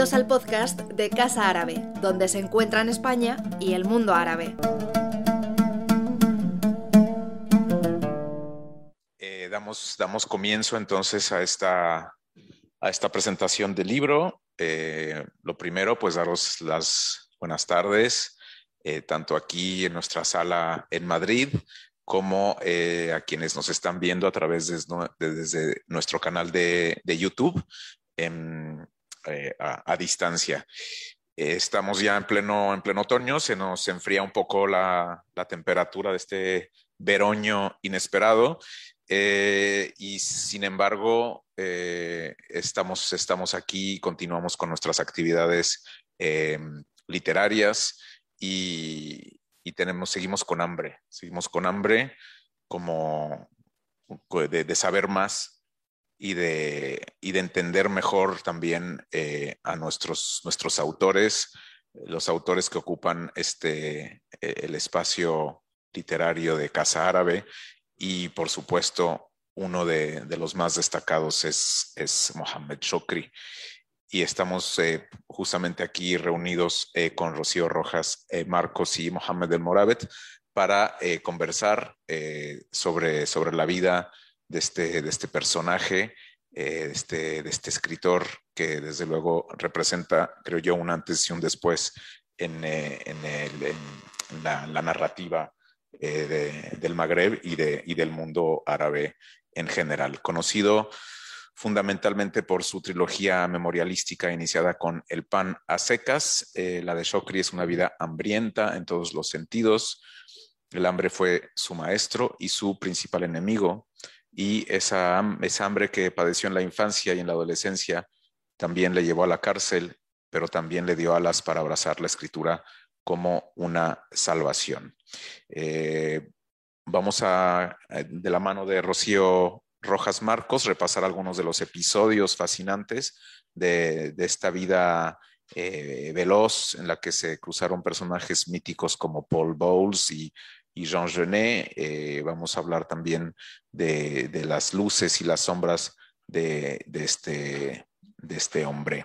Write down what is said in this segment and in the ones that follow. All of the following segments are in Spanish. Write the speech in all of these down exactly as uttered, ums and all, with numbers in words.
Bienvenidos al podcast de Casa Árabe, donde se encuentran España y el mundo árabe. Eh, damos, damos comienzo entonces a esta, a esta presentación del libro. Eh, lo primero, pues daros las buenas tardes, eh, tanto aquí en nuestra sala en Madrid, como eh, a quienes nos están viendo a través de, de, desde nuestro canal de, de YouTube en, eh, a, a distancia. Eh, estamos ya en pleno, en pleno otoño, se nos enfría un poco la, la temperatura de este veroño inesperado. Eh, y sin embargo, eh, estamos, estamos aquí, continuamos con nuestras actividades eh, literarias y, y tenemos, seguimos con hambre, seguimos con hambre como de, de saber más y de, y de entender mejor también eh, a nuestros, nuestros autores, los autores que ocupan este, el espacio literario de Casa Árabe. Y por supuesto, uno de, de los más destacados es, es Mohamed Shokri. Y estamos eh, justamente aquí reunidos eh, con Rocío Rojas eh, Marcos y Mohamed El Morabet para eh, conversar eh, sobre, sobre la vida de este, de este personaje, eh, de, este, de este escritor que desde luego representa, creo yo, un antes y un después en, eh, en, el, en la, la narrativa Eh, de, del Magreb y, de, y del mundo árabe en general, conocido fundamentalmente por su trilogía memorialística iniciada con El pan a secas. Eh, la de Shokri es una vida hambrienta en todos los sentidos. El hambre fue su maestro y su principal enemigo, y esa, esa hambre que padeció en la infancia y en la adolescencia también le llevó a la cárcel, pero también le dio alas para abrazar la escritura como una salvación. Eh, vamos a, de la mano de Rocío Rojas Marcos, repasar algunos de los episodios fascinantes de, de esta vida eh, veloz en la que se cruzaron personajes míticos como Paul Bowles y, y Jean Genet. Eh, vamos a hablar también de, de las luces y las sombras de, de, este, de este hombre.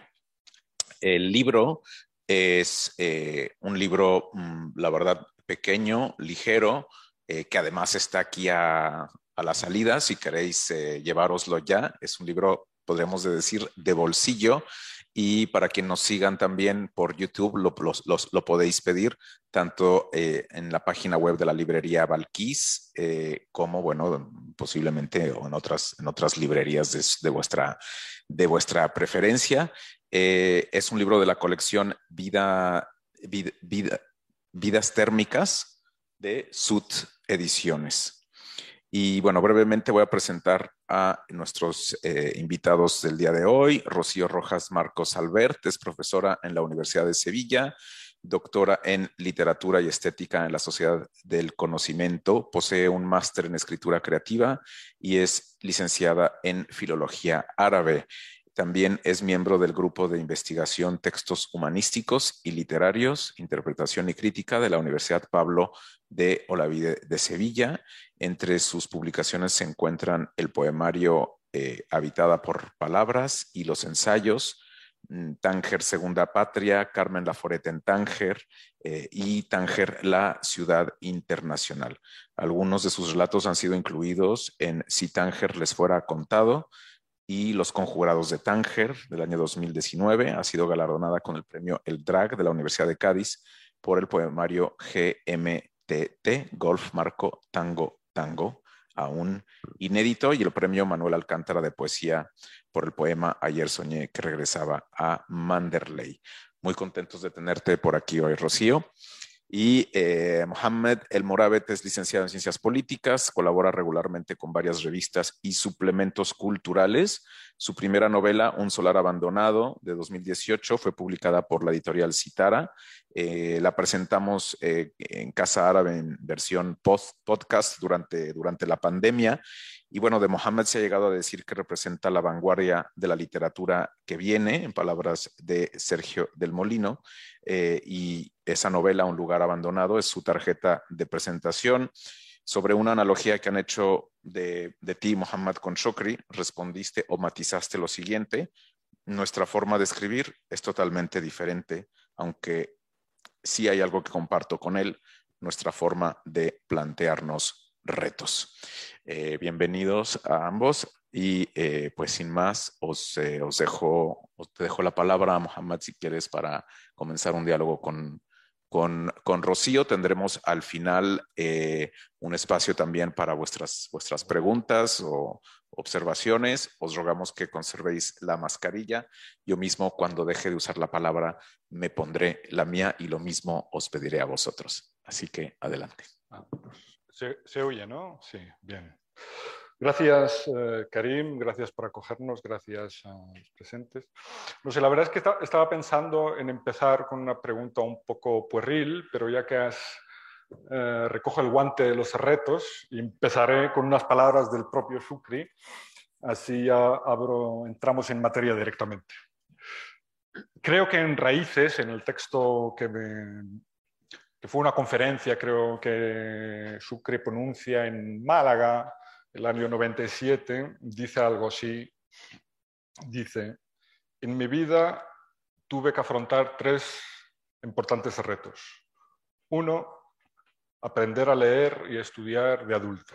El libro es eh, un libro, mmm, la verdad, pequeño, ligero, eh, que además está aquí a, a la salida. Si queréis eh, llevároslo ya, es un libro, podríamos decir, de bolsillo. Y para quien nos sigan también por YouTube, lo, lo, lo, lo podéis pedir tanto eh, en la página web de la librería Balquís, eh, como, bueno, posiblemente o en otras, en otras librerías de, de, vuestra, de vuestra preferencia. Eh, es un libro de la colección Vida, Vida, Vida, Vidas Térmicas de Sut Ediciones. Y bueno, brevemente voy a presentar a nuestros eh, invitados del día de hoy. Rocío Rojas Marcos Albert es profesora en la Universidad de Sevilla, doctora en Literatura y Estética en la Sociedad del Conocimiento, posee un máster en Escritura Creativa y es licenciada en Filología Árabe. También es miembro del grupo de investigación Textos Humanísticos y Literarios, Interpretación y Crítica de la Universidad Pablo de Olavide de Sevilla. Entre sus publicaciones se encuentran el poemario eh, Habitada por Palabras y los ensayos Tánger Segunda Patria, Carmen Laforet en Tánger eh, y Tánger La Ciudad Internacional. Algunos de sus relatos han sido incluidos en Si Tánger les fuera contado y Los Conjurados de Tánger del año dos mil diecinueve. Ha sido galardonada con el premio El Drag de la Universidad de Cádiz por el poemario G M T T, Golf Marco Tango Tango, aún inédito, y el premio Manuel Alcántara de Poesía por el poema Ayer soñé que regresaba a Manderley. Muy contentos de tenerte por aquí hoy, Rocío. Y eh, Mohamed El Morabet es licenciado en Ciencias Políticas, colabora regularmente con varias revistas y suplementos culturales. Su primera novela, Un solar abandonado, de dos mil dieciocho, fue publicada por la editorial Citara. Eh, la presentamos eh, en Casa Árabe en versión post podcast durante, durante la pandemia. Y bueno, de Mohamed se ha llegado a decir que representa la vanguardia de la literatura que viene, en palabras de Sergio del Molino, eh, y esa novela, Un lugar abandonado, es su tarjeta de presentación. Sobre una analogía que han hecho de, de ti, Mohamed, con Shokri, respondiste o matizaste lo siguiente: nuestra forma de escribir es totalmente diferente, aunque sí hay algo que comparto con él, nuestra forma de plantearnos retos. Eh, bienvenidos a ambos y eh, pues sin más os, eh, os, dejo, os te dejo la palabra, Mohammad, si quieres, para comenzar un diálogo con, con, con Rocío. Tendremos al final eh, un espacio también para vuestras, vuestras preguntas o observaciones. Os rogamos que conservéis la mascarilla. Yo mismo, cuando deje de usar la palabra, me pondré la mía y lo mismo os pediré a vosotros. Así que adelante. Ah, pues se, se oye, ¿no? Sí, bien. Gracias, eh, Karim, gracias por acogernos, gracias a los presentes. No sé, la verdad es que estaba pensando en empezar con una pregunta un poco pueril, pero ya que has eh, recojo el guante de los retos y empezaré con unas palabras del propio Shukri, así ya abro, entramos en materia directamente. Creo que en Raíces, en el texto que, me, que fue una conferencia, creo que Shukri pronuncia en Málaga, el año noventa y siete, dice algo así, dice: en mi vida tuve que afrontar tres importantes retos. Uno, aprender a leer y estudiar de adulto.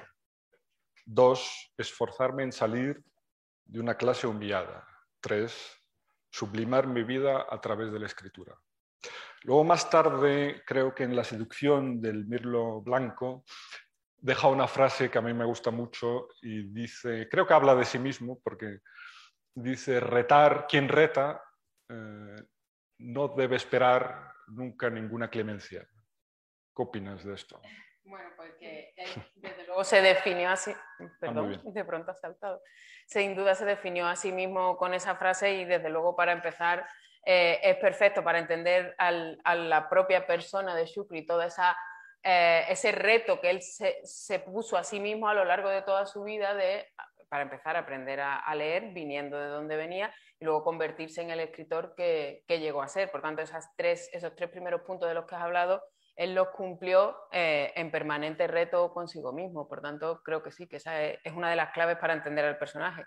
Dos, esforzarme en salir de una clase humillada. Tres, sublimar mi vida a través de la escritura. Luego, más tarde, creo que en La seducción del mirlo blanco, deja una frase que a mí me gusta mucho y dice, creo que habla de sí mismo, porque dice: retar, quien reta eh, no debe esperar nunca ninguna clemencia. ¿Qué opinas de esto? Bueno, pues que él, desde luego se definió así, perdón, ah, de pronto ha saltado, sin duda se definió a sí mismo con esa frase y desde luego para empezar eh, es perfecto para entender al, a la propia persona de Shukri, todo esa, eh, ese reto que él se, se puso a sí mismo a lo largo de toda su vida de, para empezar, a aprender a, a leer viniendo de donde venía y luego convertirse en el escritor que, que llegó a ser. Por tanto, esas tres, esos tres primeros puntos de los que has hablado, él los cumplió eh, en permanente reto consigo mismo. Por tanto, creo que sí, que esa es, es una de las claves para entender al personaje.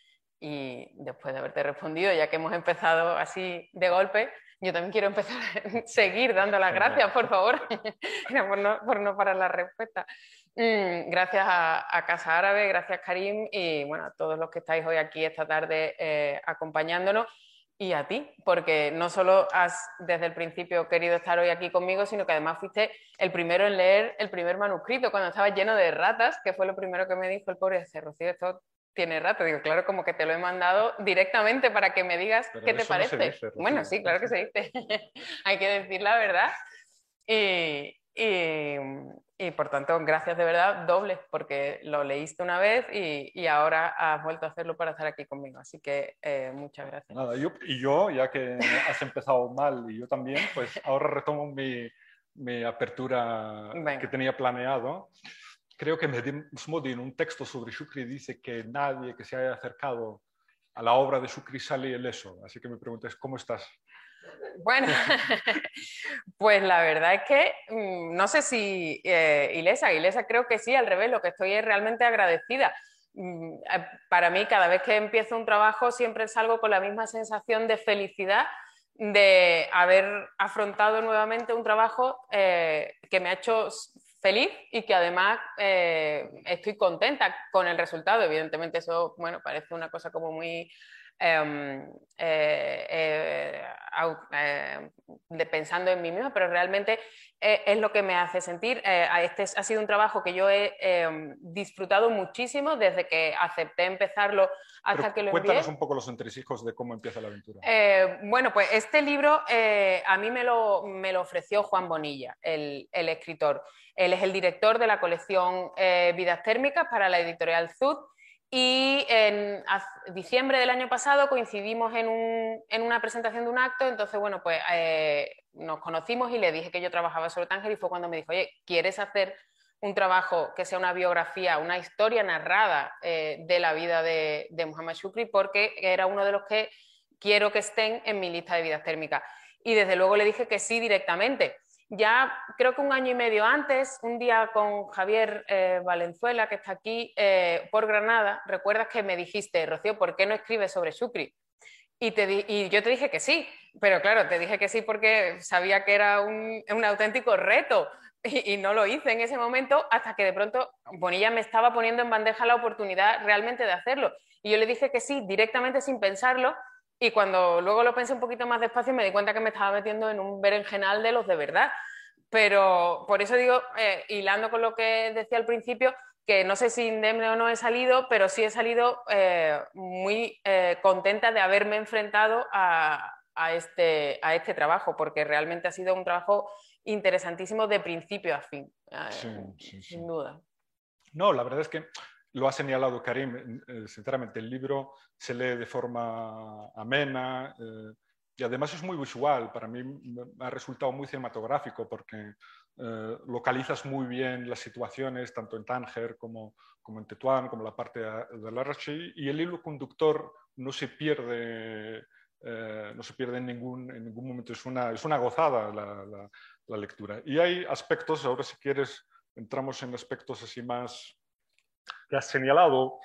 Y después de haberte respondido, ya que hemos empezado así de golpe, yo también quiero empezar a seguir dando las gracias, por favor, por, no, por no parar la respuesta. Mm, gracias a, a Casa Árabe, gracias Karim y bueno, a todos los que estáis hoy aquí esta tarde eh, acompañándonos. Y a ti, porque no solo has desde el principio querido estar hoy aquí conmigo, sino que además fuiste el primero en leer el primer manuscrito cuando estaba lleno de ratas, que fue lo primero que me dijo el pobre ese Rocío, esto tiene ratas. Digo, claro, como que te lo he mandado directamente para que me digas Pero qué te parece. No se dice, bueno, sí, claro que se dice. Hay que decir la verdad. Y, y, y por tanto, gracias de verdad dobles, porque lo leíste una vez y, y ahora has vuelto a hacerlo para estar aquí conmigo. Así que eh, muchas gracias. Nada, yo, y yo, ya que has empezado mal y yo también, pues ahora retomo mi, mi apertura Venga. que tenía planeado. Creo que Mesmodi en un texto sobre Shukri dice que nadie que se haya acercado a la obra de Shukri sale ileso. Así que me preguntas, ¿cómo estás? Bueno, pues la verdad es que mmm, no sé si eh, ilesa, ilesa creo que sí, al revés, lo que estoy es realmente agradecida. Mm, para mí, cada vez que empiezo un trabajo, siempre salgo con la misma sensación de felicidad de haber afrontado nuevamente un trabajo eh, que me ha hecho feliz y que además eh, estoy contenta con el resultado. Evidentemente eso, bueno, parece una cosa como muy... Eh, eh, eh, eh, de pensando en mí misma, pero realmente eh, es lo que me hace sentir. Eh, este ha sido un trabajo que yo he eh, disfrutado muchísimo desde que acepté empezarlo hasta pero que lo cuéntanos envié. un poco los entresijos de cómo empieza la aventura. Eh, bueno, pues este libro eh, a mí me lo, me lo ofreció Juan Bonilla, el, el escritor. Él es el director de la colección eh, Vidas Térmicas para la editorial Zud. Y en diciembre del año pasado coincidimos en, un, en una presentación de un acto, entonces, bueno, pues eh, nos conocimos y le dije que yo trabajaba sobre Tánger y fue cuando me dijo, oye, ¿quieres hacer un trabajo que sea una biografía, una historia narrada eh, de la vida de, de Muhammad Shukri? Porque era uno de los que quiero que estén en mi lista de vidas térmicas. Y desde luego le dije que sí directamente. Ya creo que un año y medio antes, un día con Javier eh, Valenzuela, que está aquí, eh, por Granada, recuerdas que me dijiste, Rocío, ¿por qué no escribes sobre Shukri? Y, te di y yo te dije que sí, pero claro, te dije que sí porque sabía que era un, un auténtico reto y, y no lo hice en ese momento hasta que de pronto Bonilla me estaba poniendo en bandeja la oportunidad realmente de hacerlo. Y yo le dije que sí directamente sin pensarlo y cuando luego lo pensé un poquito más despacio me di cuenta que me estaba metiendo en un berenjenal de los de verdad. Pero por eso digo, eh, hilando con lo que decía al principio, que no sé si indemne o no he salido, pero sí he salido eh, muy eh, contenta de haberme enfrentado a, a, este, a este trabajo, porque realmente ha sido un trabajo interesantísimo de principio a fin, eh, Sí, sí, sí. sin duda. No, la verdad es que lo ha señalado Karim, eh, sinceramente el libro se lee de forma amena eh, y además es muy visual, para mí me ha resultado muy cinematográfico porque eh, localizas muy bien las situaciones, tanto en Tánger como, como en Tetuán, como la parte de Larrachi, y el hilo conductor no se pierde, eh, no se pierde en, ningún, en ningún momento, es una, es una gozada la, la, la lectura. Y hay aspectos, ahora si quieres entramos en aspectos así más que has señalado.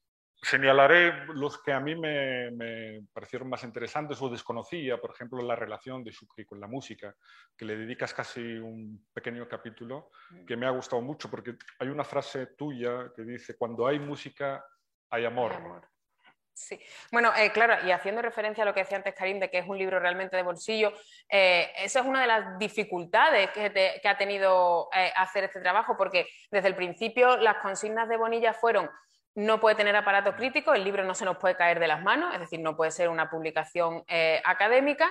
Señalaré los que a mí me, me parecieron más interesantes o desconocía, por ejemplo, la relación de Shukri con la música, que le dedicas casi un pequeño capítulo, que me ha gustado mucho, porque hay una frase tuya que dice, cuando hay música, hay amor. Hay amor. Sí, bueno, eh, claro, y haciendo referencia a lo que decía antes Karim, de que es un libro realmente de bolsillo, eh, esa es una de las dificultades que, te, que ha tenido eh, hacer este trabajo, porque desde el principio las consignas de Bonilla fueron: no puede tener aparato crítico, el libro no se nos puede caer de las manos, es decir, no puede ser una publicación eh, académica,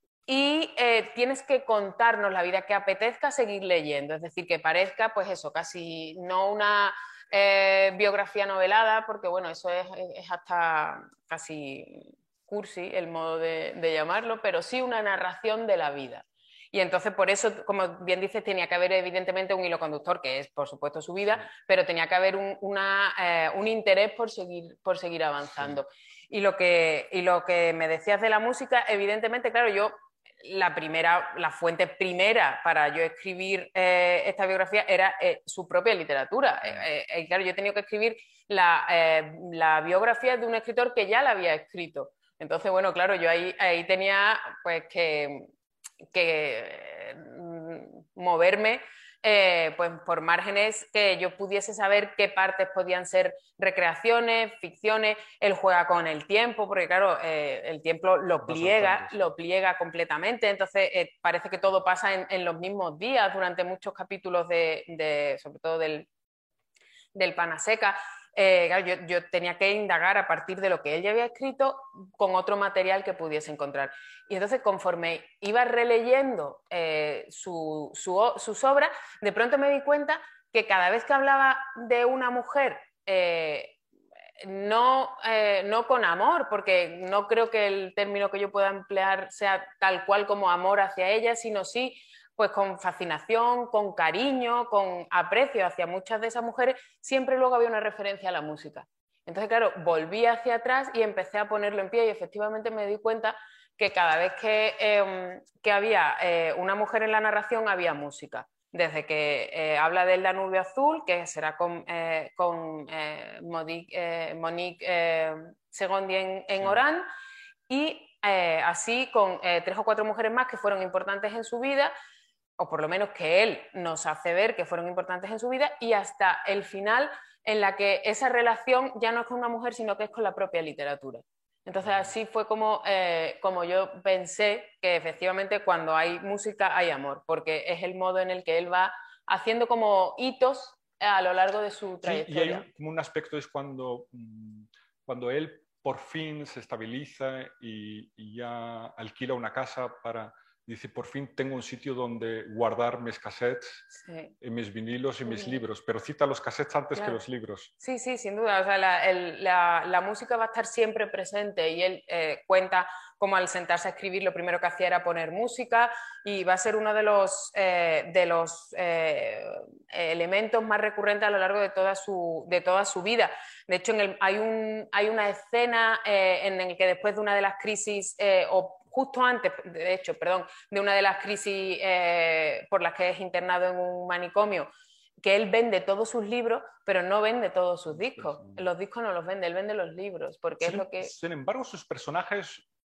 y eh, tienes que contarnos la vida que apetezca seguir leyendo, es decir, que parezca, pues eso, casi no una eh, biografía novelada, porque bueno, eso es, es hasta casi cursi el modo de, de llamarlo, pero sí una narración de la vida. Y entonces por eso, como bien dices, tenía que haber evidentemente un hilo conductor, que es por supuesto su vida, sí, pero tenía que haber un, una, eh, un interés por seguir, por seguir avanzando. Sí. Y, lo que, y lo que me decías de la música, evidentemente, claro, yo la primera, la fuente primera para yo escribir eh, esta biografía era eh, su propia literatura. Eh, eh, claro, yo he tenido que escribir la, eh, la biografía de un escritor que ya la había escrito. Entonces, bueno, claro, yo ahí, ahí tenía pues que, que eh, moverme eh, pues por márgenes que yo pudiese saber qué partes podían ser recreaciones, ficciones. Él juega con el tiempo, porque claro, eh, el tiempo lo pliega, lo pliega completamente, entonces eh, parece que todo pasa en, en, los mismos días durante muchos capítulos de, de sobre todo del, del Panaseca. Eh, claro, yo, yo tenía que indagar a partir de lo que él ya había escrito con otro material que pudiese encontrar. Y entonces, conforme iba releyendo eh, su, su, sus obras, de pronto me di cuenta que cada vez que hablaba de una mujer, eh, no, eh, no con amor, porque no creo que el término que yo pueda emplear sea tal cual como amor hacia ella, sino sí pues con fascinación, con cariño, con aprecio hacia muchas de esas mujeres, siempre luego había una referencia a la música. Entonces, claro, volví hacia atrás y empecé a ponerlo en pie y efectivamente me di cuenta que cada vez que, eh, que había eh, una mujer en la narración había música. Desde que eh, habla del Danubio Azul, que será con, eh, con eh, Monique, eh, Monique eh, Segondi en, en sí. Orán, y eh, así con eh, tres o cuatro mujeres más que fueron importantes en su vida, o por lo menos que él nos hace ver que fueron importantes en su vida, y hasta el final en la que esa relación ya no es con una mujer, sino que es con la propia literatura. Entonces así fue como, eh, como yo pensé que efectivamente cuando hay música hay amor, porque es el modo en el que él va haciendo como hitos a lo largo de su trayectoria. Sí, y hay un, como un aspecto es cuando, cuando él por fin se estabiliza y, y ya alquila una casa para... Dice, por fin tengo un sitio donde guardar mis cassettes, sí. mis vinilos y mis sí. libros, pero cita los cassettes antes claro. que los libros. Sí, sí, sin duda. O sea, la, el, la, la música va a estar siempre presente y él eh, cuenta cómo al sentarse a escribir lo primero que hacía era poner música y va a ser uno de los, eh, de los eh, elementos más recurrentes a lo largo de toda su, de toda su vida. De hecho, en el, hay, un, hay una escena eh, en la que después de una de las crisis eh, o justo antes, de hecho, perdón, de una de las crisis eh, por las que es internado en un manicomio, que él vende todos sus libros, pero no vende todos sus discos. Los discos no los vende, él vende los libros, porque sin, es lo que... Sin embargo, sus personajes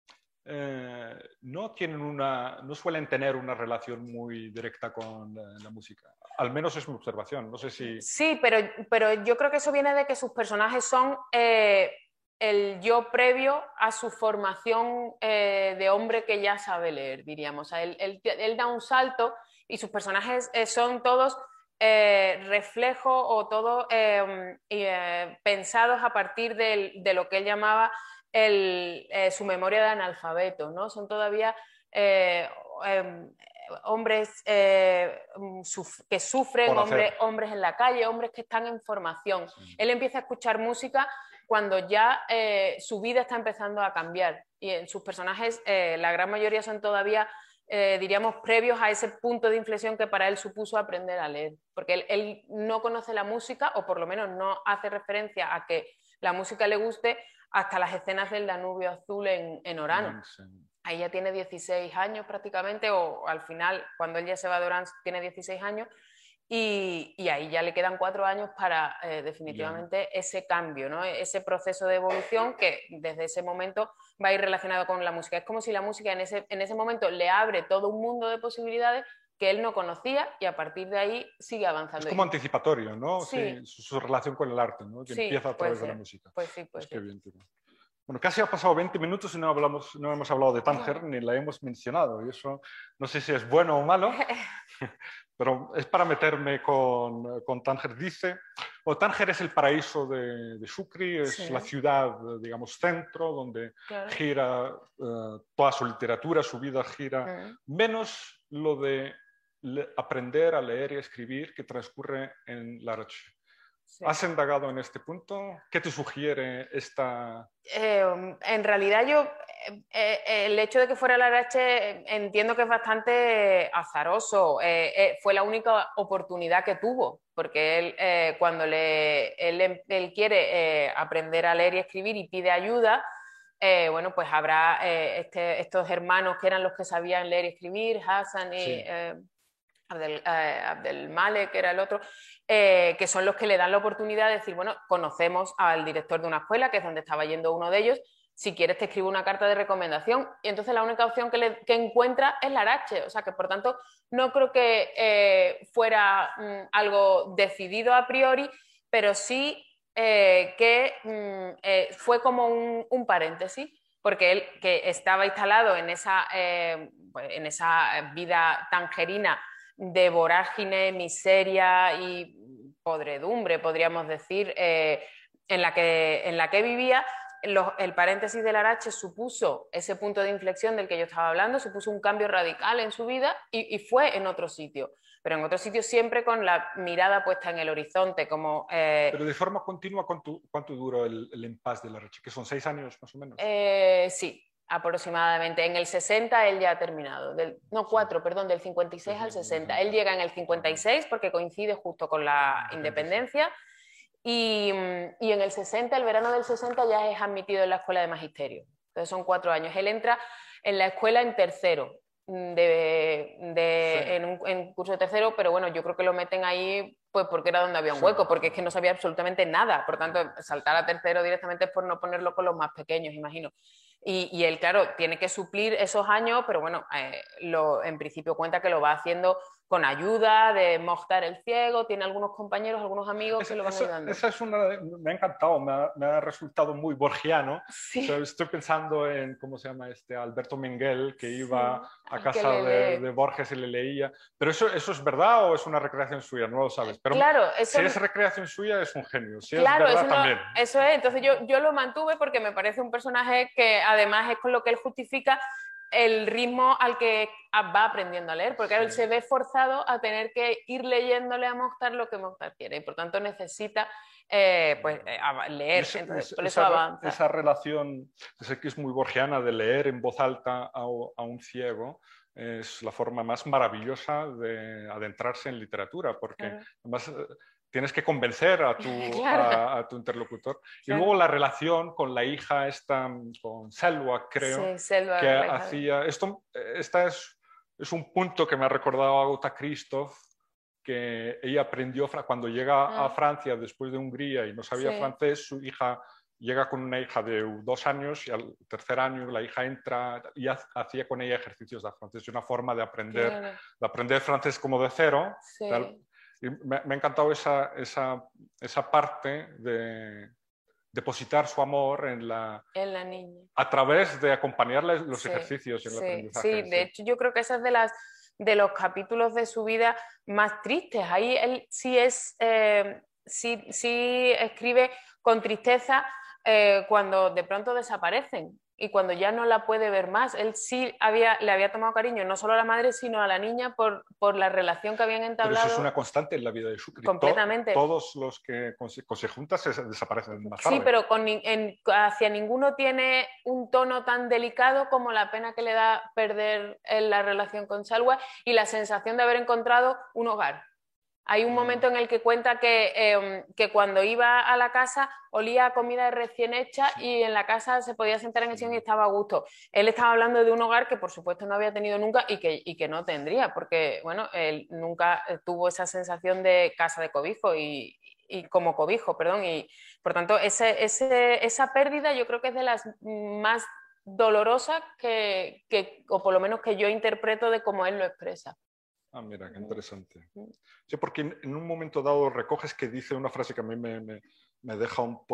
eh, no, tienen una, no suelen tener una relación muy directa con la, la música. Al menos es mi observación. No sé si... Sí, pero, pero yo creo que eso viene de que sus personajes son eh, el yo previo a su formación eh, de hombre que ya sabe leer, diríamos. O sea, él, él, él da un salto y sus personajes eh, son todos eh, reflejo o todos eh, eh, pensados a partir de, de lo que él llamaba el, eh, su memoria de analfabeto, ¿no? Son todavía eh, eh, hombres eh, suf que sufren, hombres, hombres en la calle, hombres que están en formación. Sí. Él empieza a escuchar música cuando ya eh, su vida está empezando a cambiar y en sus personajes eh, la gran mayoría son todavía eh, diríamos previos a ese punto de inflexión que para él supuso aprender a leer, porque él, él no conoce la música o por lo menos no hace referencia a que la música le guste hasta las escenas del Danubio Azul en, en Orán. Sí. Ahí ya tiene dieciséis años prácticamente, o al final, cuando él ya se va de Orán, tiene dieciséis años, y, y ahí ya le quedan cuatro años para eh, definitivamente yeah. ese cambio, ¿no? Ese proceso de evolución que desde ese momento va a ir relacionado con la música. Es como si la música en ese, en ese momento le abre todo un mundo de posibilidades que él no conocía y a partir de ahí sigue avanzando. Es como anticipatorio, ¿no? Sí. Sí, su, su relación con el arte, ¿no? Que sí, empieza a través de la música. Pues sí, pues es sí. Bien, bueno, casi ha pasado veinte minutos y no, hablamos, no hemos hablado de Tánger ni la hemos mencionado. Y eso no sé si es bueno o malo, pero es para meterme con, con Tánger. Dice, o Tánger es el paraíso de, de Shukri, es sí. la ciudad, digamos, centro, donde claro. gira uh, toda su literatura, su vida gira, uh-huh. menos lo de le, aprender a leer y escribir que transcurre en Larache. Sí. ¿Has indagado en este punto? ¿Qué te sugiere esta...? Eh, en realidad yo, eh, el hecho de que fuera Larache entiendo que es bastante azaroso. Eh, eh, fue la única oportunidad que tuvo, porque él eh, cuando le, él, él quiere eh, aprender a leer y escribir y pide ayuda, eh, bueno, pues habrá eh, este, estos hermanos que eran los que sabían leer y escribir, Hassan y... Sí. Eh, Abdel, eh, Abdel Malek, que era el otro, eh, que son los que le dan la oportunidad de decir, bueno, conocemos al director de una escuela, que es donde estaba yendo uno de ellos, si quieres te escribo una carta de recomendación, y entonces la única opción que, le, que encuentra es Larache, o sea que por tanto no creo que eh, fuera mm, algo decidido a priori, pero sí eh, que mm, eh, fue como un, un paréntesis, porque él que estaba instalado en esa, eh, en esa vida tangerina de vorágine, miseria y podredumbre, podríamos decir, eh, en, la que, en la que vivía, los, el paréntesis de Larache supuso ese punto de inflexión del que yo estaba hablando, supuso un cambio radical en su vida y, y fue en otro sitio, pero en otro sitio siempre con la mirada puesta en el horizonte. Como, eh, pero de forma continua, ¿cuánto, cuánto duró el, el impasse de Larache? ¿Que son seis años más o menos? Eh, sí. Aproximadamente. En el sesenta él ya ha terminado. Del, no, cuatro, perdón, del cincuenta y seis al sesenta. Él llega en el cincuenta y seis porque coincide justo con la independencia y, y en el sesenta, el verano del sesenta, ya es admitido en la escuela de magisterio. Entonces son cuatro años. Él entra en la escuela en tercero, de, de, sí. en, un, en curso de tercero, pero bueno, yo creo que lo meten ahí pues porque era donde había un hueco, porque es que no sabía absolutamente nada. Por tanto, saltar a tercero directamente es por no ponerlo con los más pequeños, imagino. Y, y él, claro, tiene que suplir esos años, pero bueno, eh, lo, en principio cuenta que lo va haciendo con ayuda de Mokhtar el Ciego, tiene algunos compañeros, algunos amigos esa, que lo van esa, ayudando. Esa es una, me ha encantado, me ha, me ha resultado muy borgiano. Sí. O sea, estoy pensando en, ¿cómo se llama este? Alberto Menguel, que iba sí, a casa de, de Borges y le leía. Pero eso, ¿eso es verdad o es una recreación suya? No lo sabes. Pero claro, eso si es recreación suya es un genio, si claro, es verdad eso no, también. Eso es, entonces yo, yo lo mantuve porque me parece un personaje que además es con lo que él justifica el ritmo al que va aprendiendo a leer, porque claro, sí. él se ve forzado a tener que ir leyéndole a Mokhtar lo que Mokhtar quiere y por tanto necesita eh, pues, eh, leer, esa, entonces por esa, eso avanza. Esa relación, sé que es muy borgiana, de leer en voz alta a, a un ciego, es la forma más maravillosa de adentrarse en literatura, porque claro. además tienes que convencer a tu, claro. a, a tu interlocutor. Claro. Y luego la relación con la hija esta, con Selva, creo, sí, Selva, que hacía... Esto, esta es, es un punto que me ha recordado a Agatha Christoph, que ella aprendió cuando llega ah. a Francia después de Hungría y no sabía sí. francés, su hija llega con una hija de dos años y al tercer año la hija entra y hacía con ella ejercicios de francés. Es una forma de aprender, claro. de aprender francés como de cero. Sí. Tal. Y me, me ha encantado esa, esa, esa parte de depositar su amor en la, en la niña. A través de acompañarle los sí, ejercicios y el sí, aprendizaje. Sí, de sí. hecho yo creo que esa es de las de los capítulos de su vida más tristes. Ahí él sí es, eh, sí, sí escribe con tristeza eh, cuando de pronto desaparecen y cuando ya no la puede ver más. Él sí había, le había tomado cariño no solo a la madre, sino a la niña por, por la relación que habían entablado. Pero eso es una constante en la vida de Shukri. Completamente. To todos los que con, con se juntan se desaparecen más tarde. Sí, pero con, en, hacia ninguno tiene un tono tan delicado como la pena que le da perder en la relación con Salwa y la sensación de haber encontrado un hogar. Hay un momento en el que cuenta que, eh, que cuando iba a la casa olía a comida recién hecha y en la casa se podía sentar en el sillón y estaba a gusto. Él estaba hablando de un hogar que por supuesto no había tenido nunca y que, y que no tendría, porque bueno, él nunca tuvo esa sensación de casa de cobijo y, y como cobijo, perdón, y por tanto ese, ese, esa pérdida yo creo que es de las más dolorosas que, que, o por lo menos que yo interpreto de cómo él lo expresa. Ah, mira, qué interesante. Sí, porque en un momento dado recoges que dice una frase que a mí me, me, me deja un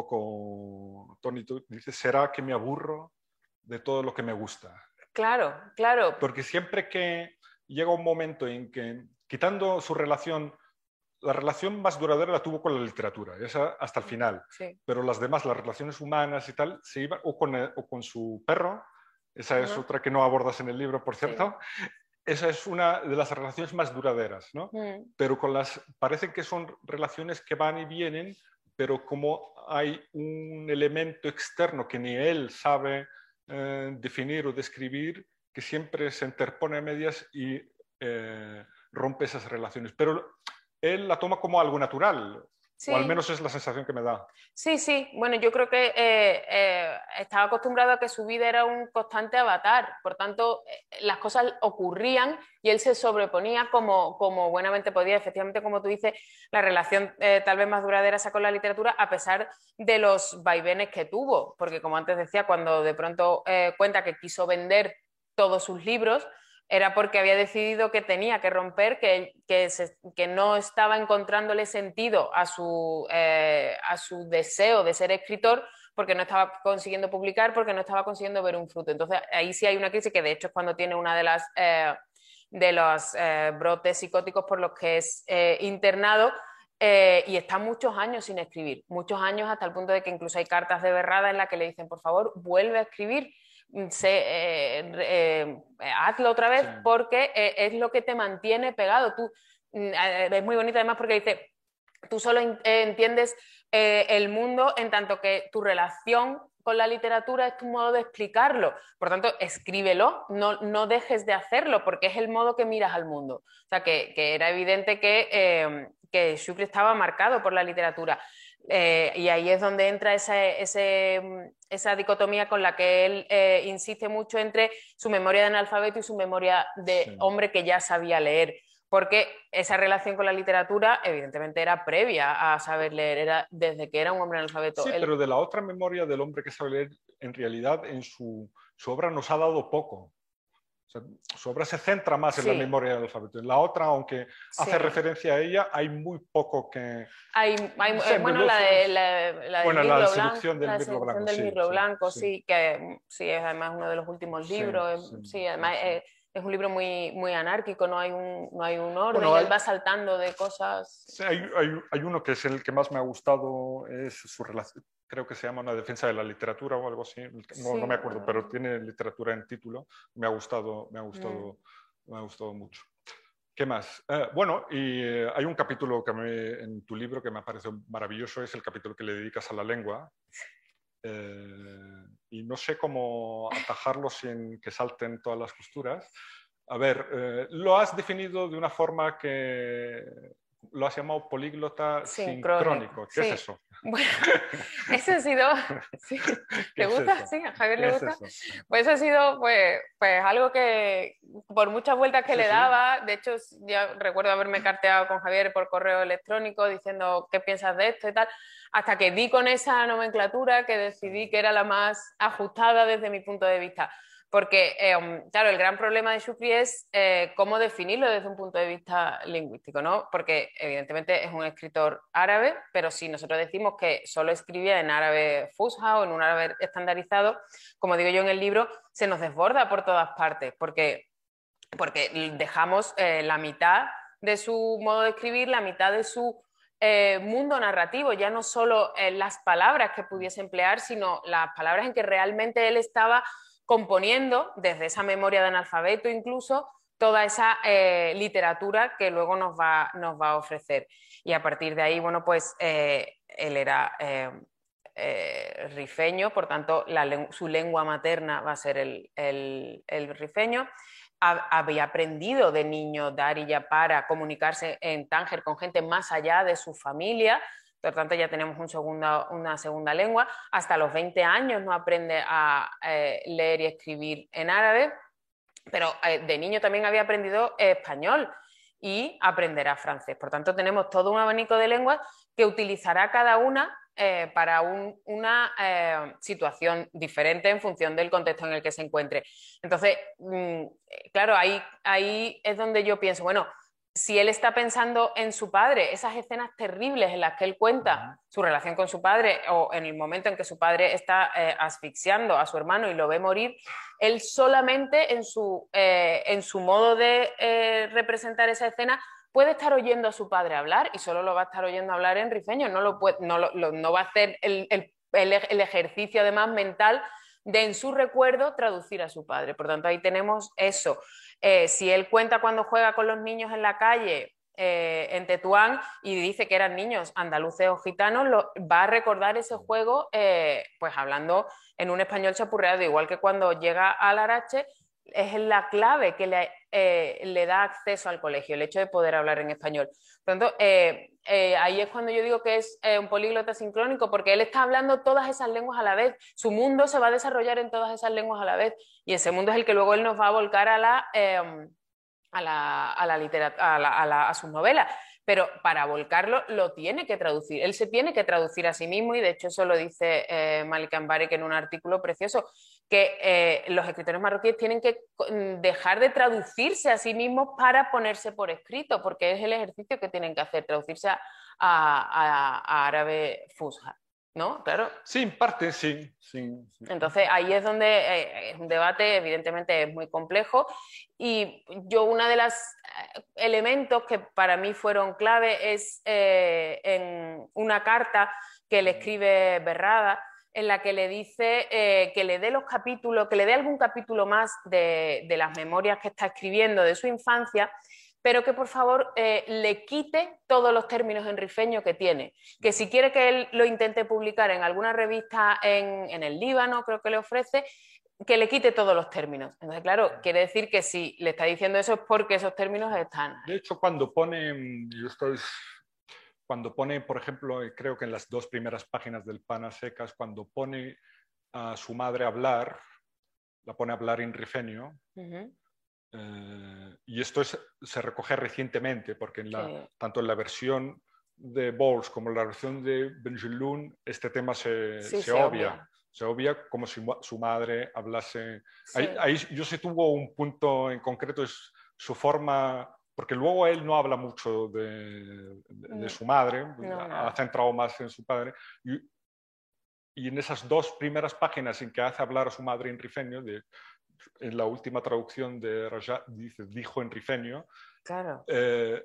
poco atónito. Dice, ¿será que me aburro de todo lo que me gusta? Claro, claro. Porque siempre que llega un momento en que, quitando su relación, la relación más duradera la tuvo con la literatura, esa hasta el final. Sí. Pero las demás, las relaciones humanas y tal, se iban, o con, el, o con su perro, esa uh-huh. es otra que no abordas en el libro, por cierto. Sí. Esa es una de las relaciones más duraderas, ¿no? Mm. Pero con las, parece que son relaciones que van y vienen, pero como hay un elemento externo que ni él sabe eh, definir o describir, que siempre se interpone a medias y eh, rompe esas relaciones. Pero él la toma como algo natural. Sí. O al menos es la sensación que me da. Sí, sí. Bueno, yo creo que eh, eh, estaba acostumbrado a que su vida era un constante avatar. Por tanto, eh, las cosas ocurrían y él se sobreponía como, como buenamente podía. Efectivamente, como tú dices, la relación eh, tal vez más duradera esa con la literatura, a pesar de los vaivenes que tuvo. Porque, como antes decía, cuando de pronto eh, cuenta que quiso vender todos sus libros, era porque había decidido que tenía que romper, que, que, se, que no estaba encontrándole sentido a su, eh, a su deseo de ser escritor, porque no estaba consiguiendo publicar, porque no estaba consiguiendo ver un fruto. Entonces ahí sí hay una crisis que de hecho es cuando tiene una de las eh, de los eh, brotes psicóticos por los que es eh, internado. Eh, y está muchos años sin escribir, muchos años hasta el punto de que incluso hay cartas de berrada en las que le dicen, por favor, vuelve a escribir. Se, eh, eh, hazlo otra vez, sí. porque eh, es lo que te mantiene pegado. Tú, eh, es muy bonito además porque dice, tú solo in, eh, entiendes eh, el mundo en tanto que tu relación con la literatura es tu modo de explicarlo. Por tanto, escríbelo, no, no dejes de hacerlo porque es el modo que miras al mundo. O sea, que, que era evidente que, eh, que Shukri estaba marcado por la literatura. Eh, y ahí es donde entra esa, ese, esa dicotomía con la que él eh, insiste mucho entre su memoria de analfabeto y su memoria de sí. hombre que ya sabía leer, porque esa relación con la literatura evidentemente era previa a saber leer, era desde que era un hombre analfabeto. Sí, él... pero de la otra memoria del hombre que sabe leer, en realidad en su, su obra nos ha dado poco. O sea, su obra se centra más en sí. la memoria del alfabeto. En la otra, aunque sí. hace referencia a ella, hay muy poco que... Hay, hay, no sé, eh, bueno, la, de, la, la bueno, del la mirlo seducción blanco, del la mirlo blanco, del sí, mirlo sí, blanco sí. sí, que sí, es además uno de los últimos libros. Sí, sí, sí además sí. Es, es un libro muy, muy anárquico, no hay un, no hay un orden, bueno, hay, él va saltando de cosas. Sí, hay, hay, hay uno que es el que más me ha gustado, es su relación, creo que se llama Una defensa de la literatura o algo así, no, sí, no me acuerdo, pero tiene literatura en título, me ha gustado, me ha gustado, mm. me ha gustado mucho. ¿Qué más? Eh, bueno, y eh, hay un capítulo que me, en tu libro que me parece maravilloso, es el capítulo que le dedicas a la lengua. Eh, y no sé cómo atajarlo sin que salten todas las costuras. A ver, eh, lo has definido de una forma que lo has llamado políglota sincrónico. ¿Qué sí. es eso? Bueno, eso ha sido... ¿Sí? ¿Te gusta? Sí, a Javier le gusta. Pues eso ha sido pues, pues algo que por muchas vueltas que sí, le daba, sí. De hecho ya recuerdo haberme carteado con Javier por correo electrónico diciendo qué piensas de esto y tal, hasta que di con esa nomenclatura que decidí que era la más ajustada desde mi punto de vista. Porque, eh, claro, el gran problema de Shukri es eh, cómo definirlo desde un punto de vista lingüístico, ¿no? Porque, evidentemente, es un escritor árabe, pero si nosotros decimos que solo escribía en árabe fusha o en un árabe estandarizado, como digo yo en el libro, se nos desborda por todas partes, porque, porque dejamos eh, la mitad de su modo de escribir, la mitad de su eh, mundo narrativo, ya no solo eh, las palabras que pudiese emplear, sino las palabras en que realmente él estaba componiendo desde esa memoria de analfabeto incluso toda esa eh, literatura que luego nos va, nos va a ofrecer. Y a partir de ahí, bueno, pues eh, él era eh, eh, rifeño, por tanto la, su lengua materna va a ser el, el, el rifeño. Ha, había aprendido de niño dari ya para comunicarse en Tánger con gente más allá de su familia. Por tanto, ya tenemos un segunda, una segunda lengua. Hasta los veinte años no aprende a eh, leer y escribir en árabe, pero eh, de niño también había aprendido eh, español y aprenderá francés. Por tanto, tenemos todo un abanico de lenguas que utilizará cada una eh, para un, una eh, situación diferente en función del contexto en el que se encuentre. Entonces, mmm, claro, ahí, ahí es donde yo pienso, bueno, si él está pensando en su padre, esas escenas terribles en las que él cuenta su relación con su padre o en el momento en que su padre está eh, asfixiando a su hermano y lo ve morir, él solamente en su, eh, en su modo de eh, representar esa escena puede estar oyendo a su padre hablar y solo lo va a estar oyendo hablar en rifeño, no, lo puede, no, lo, lo, no va a hacer el, el, el, el ejercicio además mental de en su recuerdo traducir a su padre. Por tanto, ahí tenemos eso. Eh, si él cuenta cuando juega con los niños en la calle eh, en Tetuán y dice que eran niños andaluces o gitanos, lo, va a recordar ese juego eh, pues hablando en un español chapurreado, igual que cuando llega al Arache es la clave que le, eh, le da acceso al colegio, el hecho de poder hablar en español. Por lo tanto, eh, eh, ahí es cuando yo digo que es eh, un políglota sincrónico, porque él está hablando todas esas lenguas a la vez, su mundo se va a desarrollar en todas esas lenguas a la vez, y ese mundo es el que luego él nos va a volcar a, la, eh, a, la, a, la literatura, a, la, a, la, a sus novelas. Pero para volcarlo lo tiene que traducir, él se tiene que traducir a sí mismo, y de hecho eso lo dice eh, Malik Ambarek en un artículo precioso, que eh, los escritores marroquíes tienen que dejar de traducirse a sí mismos para ponerse por escrito, porque es el ejercicio que tienen que hacer, traducirse a, a, a árabe fusha, ¿no? Claro. Sí, en parte, sí. sí, sí. Entonces ahí es donde eh, es un debate, evidentemente es muy complejo, y yo uno de los elementos que para mí fueron clave es eh, en una carta que le escribe Berrada, en la que le dice eh, que le dé los capítulos, que le dé algún capítulo más de, de las memorias que está escribiendo de su infancia, pero que por favor eh, le quite todos los términos en rifeño que tiene, que si quiere que él lo intente publicar en alguna revista en, en el Líbano, creo que le ofrece, que le quite todos los términos. Entonces, claro, quiere decir que si le está diciendo eso es porque esos términos están... De hecho, cuando pone, yo estoy... Cuando pone, por ejemplo, creo que en las dos primeras páginas del Pan a Secas, cuando pone a su madre a hablar, la pone a hablar en rifeño, uh-huh. eh, y esto es, se recoge recientemente, porque en la, sí. tanto en la versión de Bowles como en la versión de Benjeloun, este tema se, sí, se, se obvia. obvia. Se obvia como si su madre hablase... Sí. Ahí, ahí yo sé tuvo un punto en concreto, es su forma... Porque luego él no habla mucho de, de, de su madre, no, no. ha centrado más en su padre. Y, y en esas dos primeras páginas en que hace hablar a su madre en rifeño, de, en la última traducción de Rajat dice, dijo en rifeño, claro. eh,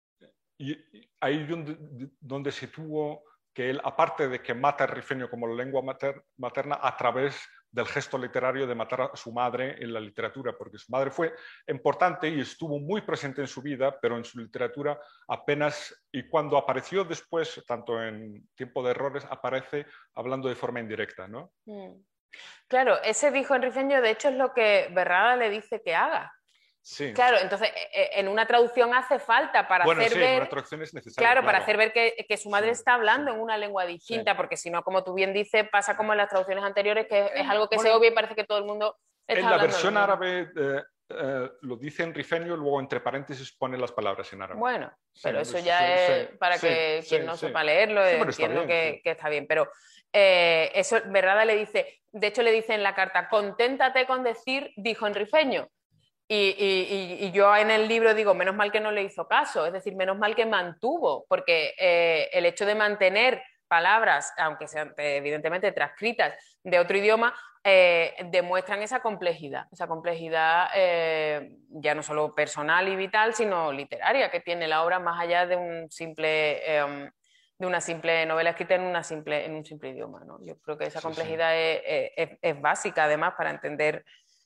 y ahí donde, donde se tuvo que él, aparte de que mata el rifeño como la lengua mater, materna, a través del gesto literario de matar a su madre en la literatura, porque su madre fue importante y estuvo muy presente en su vida, pero en su literatura apenas, y cuando apareció después, tanto en Tiempo de Errores, aparece hablando de forma indirecta, ¿no? Mm. Claro, ese dijo en rifeño, de hecho, es lo que Berrada le dice que haga. Sí. Claro, entonces en una traducción hace falta para bueno, hacer sí, ver... una traducción es necesaria, claro, claro, para hacer ver que, que su madre sí, está hablando sí. en una lengua distinta, Sí. porque si no, como tú bien dices, pasa como en las traducciones anteriores, que es algo que bueno, se obvia y parece que todo el mundo está en la hablando. versión árabe eh, eh, lo dice en rifeño, luego entre paréntesis pone las palabras en árabe. Bueno, pero sí, eso sí, ya sí, es sí, para sí, que sí, quien no sí. sepa leerlo, Sí, pero está entiendo bien, que, sí. que está bien. Pero eh, eso, Berrada le dice, de hecho le dice en la carta, conténtate con decir, dijo en rifeño. Y, y, y yo en el libro digo, menos mal que no le hizo caso, es decir, menos mal que mantuvo, porque eh, el hecho de mantener palabras, aunque sean evidentemente transcritas de otro idioma, eh, demuestran esa complejidad, esa complejidad eh, ya no solo personal y vital, sino literaria que tiene la obra más allá de un simple... Eh, de una simple novela escrita en, una simple, en un simple idioma, ¿no? Yo creo que esa Sí, complejidad sí. Es, es, es básica, además, para entender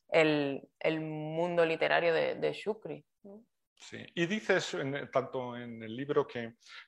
el, el mundo literario de, de Shukri. Sí. Y dices en, tanto en el libro que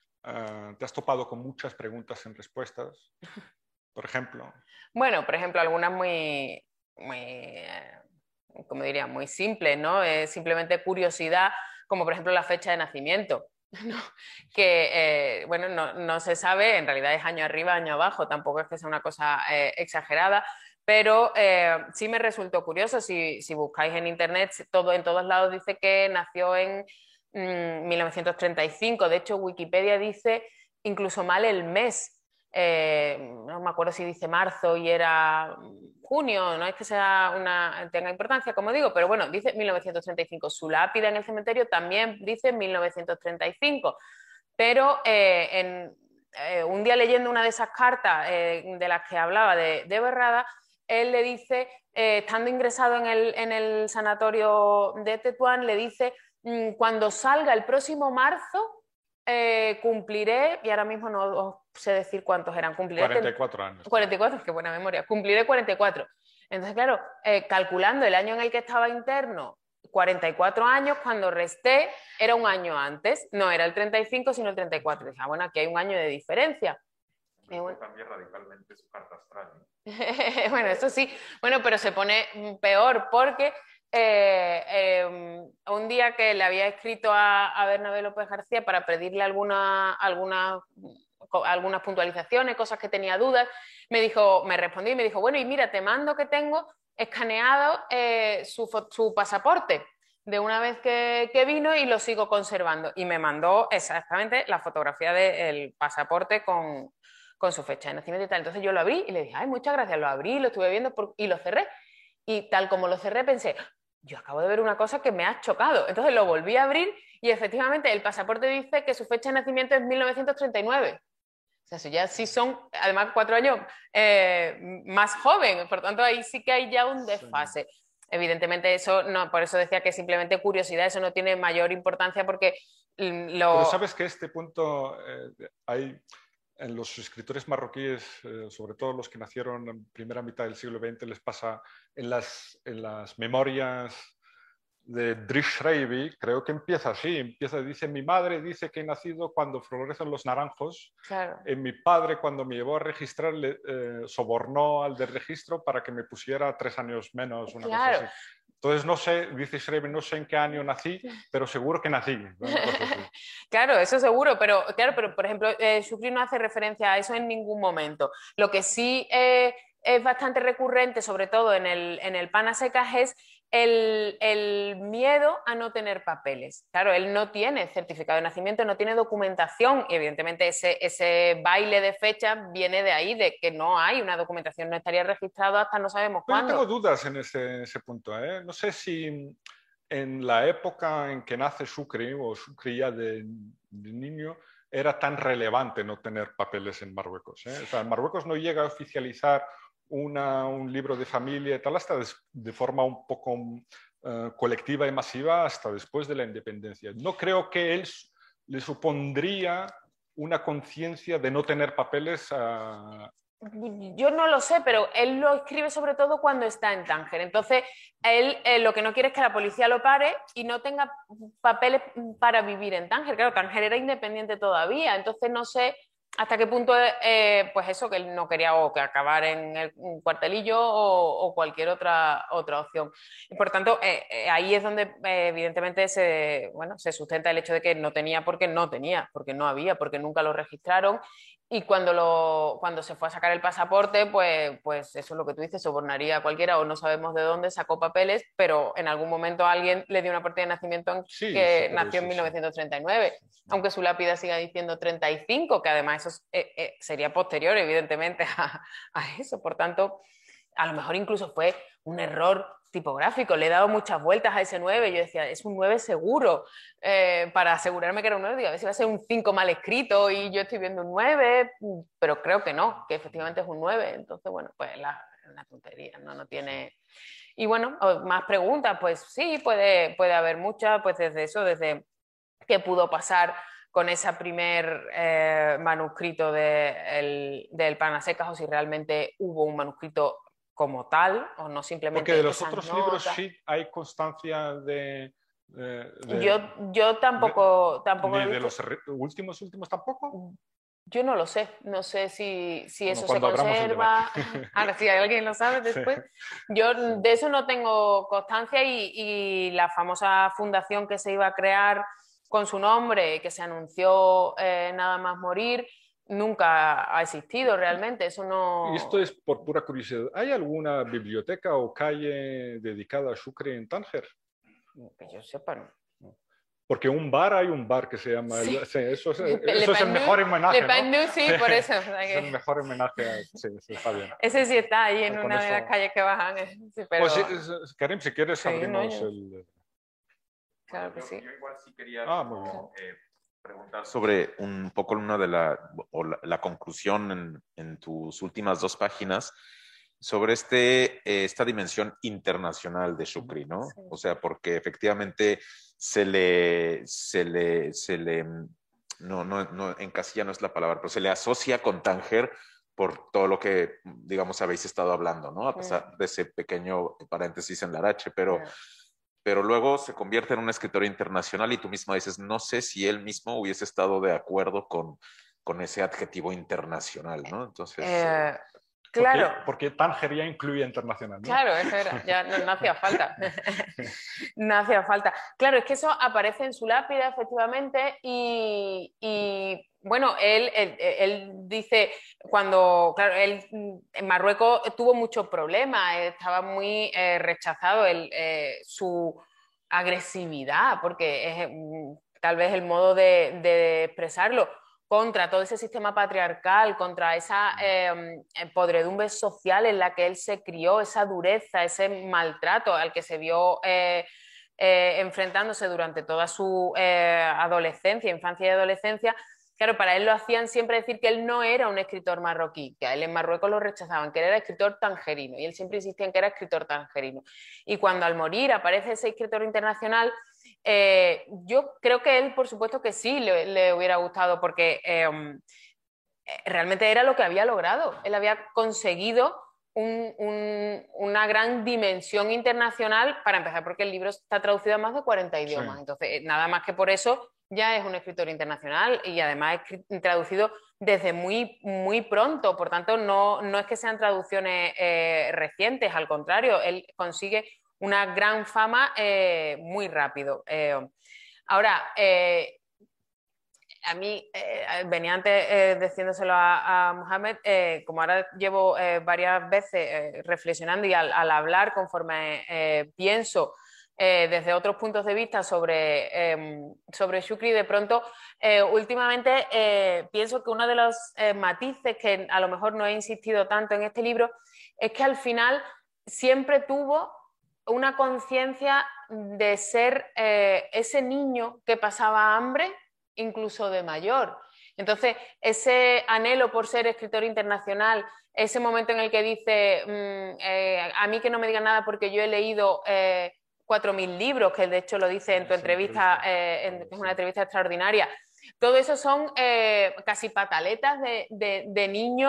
uh, te has topado con muchas preguntas en respuestas, por ejemplo. Bueno, por ejemplo, algunas muy, muy eh, como diría, muy simples, ¿no? Es simplemente curiosidad, como por ejemplo la fecha de nacimiento. ¿No? Que, eh, bueno, no, no se sabe, en realidad es año arriba, año abajo, tampoco es que sea una cosa eh, exagerada, pero eh, sí me resultó curioso, si, si buscáis en internet, todo, en todos lados dice que nació en mmm, mil novecientos treinta y cinco, de hecho Wikipedia dice incluso mal el mes, eh, no me acuerdo si dice marzo y era junio, no es que sea una, tenga importancia, como digo, pero bueno, dice mil novecientos treinta y cinco, su lápida en el cementerio también dice mil novecientos treinta y cinco, pero eh, en, eh, un día leyendo una de esas cartas eh, de las que hablaba de, de Berrada, él le dice, eh, estando ingresado en el, en el sanatorio de Tetuán, le dice, mmm, cuando salga el próximo marzo, eh, cumpliré, y ahora mismo no os sé decir cuántos eran, cumpliré cuarenta y cuatro años. cuarenta y cuatro, qué buena memoria, cumpliré cuarenta y cuatro. Entonces, claro, eh, calculando el año en el que estaba interno, cuarenta y cuatro años, cuando resté, era un año antes, no era el treinta y cinco, sino el treinta y cuatro. Dije, ah, bueno, aquí hay un año de diferencia. Pero cambia radicalmente su carta astral, ¿no? Bueno, eso sí, bueno, pero se pone peor porque eh, eh, un día que le había escrito a, a Bernabé López García para pedirle alguna, alguna, algunas puntualizaciones, cosas que tenía dudas, me dijo, me respondió y me dijo, bueno, y mira, te mando que tengo escaneado eh, su, su pasaporte de una vez que, que vino y lo sigo conservando. Y me mandó exactamente la fotografía del pasaporte con, con su fecha de nacimiento y tal. Entonces yo lo abrí y le dije, ay, muchas gracias, lo abrí, lo estuve viendo por... y lo cerré. Y tal como lo cerré pensé, yo acabo de ver una cosa que me ha chocado. Entonces lo volví a abrir y efectivamente el pasaporte dice que su fecha de nacimiento es mil novecientos treinta y nueve. O sea, eso ya sí son, además, cuatro años eh, más joven. Por tanto, ahí sí que hay ya un desfase. Sí. Evidentemente eso, no, por eso decía que simplemente curiosidad, eso no tiene mayor importancia porque lo... Pero sabes que este punto eh, hay... En los escritores marroquíes, eh, sobre todo los que nacieron en primera mitad del siglo veinte, les pasa en las, en las memorias de Driss Schreiber, creo que empieza así, empieza, dice, mi madre dice que he nacido cuando florecen los naranjos, claro. eh, mi padre cuando me llevó a registrar le, eh, sobornó al del registro para que me pusiera tres años menos, una claro. cosa así. Entonces, no sé, dice Schreiber, no sé en qué año nací, pero seguro que nací. Claro, eso seguro, pero, claro, pero por ejemplo, eh, Shukri no hace referencia a eso en ningún momento. Lo que sí eh, es bastante recurrente, sobre todo en el, en el Pan a secas, es el, el miedo a no tener papeles. Claro, él no tiene certificado de nacimiento, no tiene documentación y evidentemente ese, ese baile de fecha viene de ahí, de que no hay una documentación, no estaría registrado hasta no sabemos Pues cuándo. yo tengo dudas en ese, en ese punto. ¿eh? No sé si en la época en que nace Shukri o Shukri ya de, de niño era tan relevante no tener papeles en Marruecos. ¿eh? O sea, Marruecos no llega a oficializar una, un libro de familia y tal hasta des, de forma un poco uh, colectiva y masiva hasta después de la independencia. No creo que él le supondría una conciencia de no tener papeles a... Yo no lo sé, pero él lo escribe sobre todo cuando está en Tánger. Entonces, él eh, lo que no quiere es que la policía lo pare y no tenga papeles para vivir en Tánger. Claro, Tánger era independiente todavía, entonces no sé hasta qué punto, eh, pues eso, que él no quería o que acabar en el un cuartelillo o, o cualquier otra, otra opción. Y por tanto, eh, eh, ahí es donde eh, evidentemente se, bueno, se sustenta el hecho de que no tenía porque no tenía, porque no había, porque nunca lo registraron. Y cuando, lo, cuando se fue a sacar el pasaporte, pues, pues eso es lo que tú dices, sobornaría a cualquiera o no sabemos de dónde, sacó papeles, pero en algún momento alguien le dio una partida de nacimiento en, Sí, que sí, nació sí, en mil novecientos treinta y nueve, sí, sí. aunque su lápida siga diciendo treinta y cinco, que además eso eh, eh, sería posterior, evidentemente, a, a eso. Por tanto, a lo mejor incluso fue un error tipográfico. Le he dado muchas vueltas a ese nueve. Yo decía, es un nueve seguro, eh, para asegurarme que era un nueve. Digo, a ver si va a ser un cinco mal escrito y yo estoy viendo un nueve, pero creo que no, que efectivamente es un nueve. Entonces, bueno, pues la, la tontería, ¿no? No tiene... Y bueno, más preguntas, pues sí, puede, puede haber muchas, pues desde eso, desde qué pudo pasar con ese primer eh, manuscrito de el, del Panasecas, o si realmente hubo un manuscrito como tal, o no simplemente Porque de los esas otros notas. libros sí hay constancia de... de, de yo, yo tampoco, de, tampoco ni he de visto. los últimos, últimos tampoco. Yo no lo sé, no sé si, si Bueno, eso se cuando abramos el conserva. debate. Ahora, si alguien lo sabe después. Yo de eso no tengo constancia y, y la famosa fundación que se iba a crear con su nombre, que se anunció eh, nada más morir, nunca ha existido realmente. Eso no... Y esto es por pura curiosidad. ¿Hay alguna biblioteca o calle dedicada a Shukri en Tánger? Que yo sepa, no. Porque un bar, hay un bar que se llama... Sí. El, sí, eso es, Le eso es el mejor homenaje, Le ¿no? Pandu, sí, Sí, por eso. O sea es que... el mejor homenaje. A, sí, sí, está bien. Ese sí está ahí en Con una eso... de las calles que bajan. Sí, pero... Pues, sí, Karim, si quieres Sí, abrimos no, yo... el... Claro que sí. Yo, yo igual sí quería Ah, muy bien. eh, preguntar sobre un poco una de la, o la, la conclusión en, en, tus últimas dos páginas sobre este, eh, esta dimensión internacional de Shukri, ¿no? Sí. O sea, porque efectivamente se le, se le, se le no, no, no, en casilla no es la palabra, pero se le asocia con Tánger por todo lo que, digamos, habéis estado hablando, ¿no? A pesar de ese pequeño paréntesis en Larache, pero... Yeah. pero luego se convierte en un escritor internacional y tú misma dices, no sé si él mismo hubiese estado de acuerdo con, con ese adjetivo internacional, ¿no? Entonces... Eh, claro. Porque, porque Tánger ya incluye internacional, ¿no? Claro, eso era, ya no, no hacía falta. No hacía falta. Claro, es que eso aparece en su lápida, efectivamente, y... y... Bueno, él, él, él dice, cuando, claro, él en Marruecos tuvo muchos problemas, estaba muy eh, rechazado el, eh, su agresividad, porque es tal vez el modo de, de expresarlo, contra todo ese sistema patriarcal, contra esa eh, podredumbre social en la que él se crió, esa dureza, ese maltrato al que se vio eh, eh, enfrentándose durante toda su eh, adolescencia, infancia y adolescencia. Claro, para él lo hacían siempre decir que él no era un escritor marroquí, que a él en Marruecos lo rechazaban, que él era escritor tangerino, y él siempre insistía en que era escritor tangerino. Y cuando al morir aparece ese escritor internacional, eh, yo creo que él, por supuesto que sí le, le hubiera gustado, porque eh, realmente era lo que había logrado. Él había conseguido un, un, una gran dimensión internacional, para empezar, porque el libro está traducido a más de cuarenta idiomas. Sí. Entonces, nada más que por eso ya es un escritor internacional y además es traducido desde muy, muy pronto, por tanto no, no es que sean traducciones eh, recientes, al contrario, él consigue una gran fama eh, muy rápido. Eh, ahora, eh, a mí, eh, venía antes eh, diciéndoselo a, a Mohamed, eh, como ahora llevo eh, varias veces eh, reflexionando y al, al hablar conforme eh, pienso Eh, desde otros puntos de vista sobre, eh, sobre Shukri, de pronto, eh, últimamente eh, pienso que uno de los eh, matices que a lo mejor no he insistido tanto en este libro es que al final siempre tuvo una conciencia de ser eh, ese niño que pasaba hambre, incluso de mayor. Entonces, ese anhelo por ser escritor internacional, ese momento en el que dice, mmm, eh, a mí que no me digan nada porque yo he leído... Eh, cuatro mil libros, que de hecho lo dice en tu entrevista, eh, en, es una entrevista extraordinaria. Todo eso son eh, casi pataletas de, de, de niño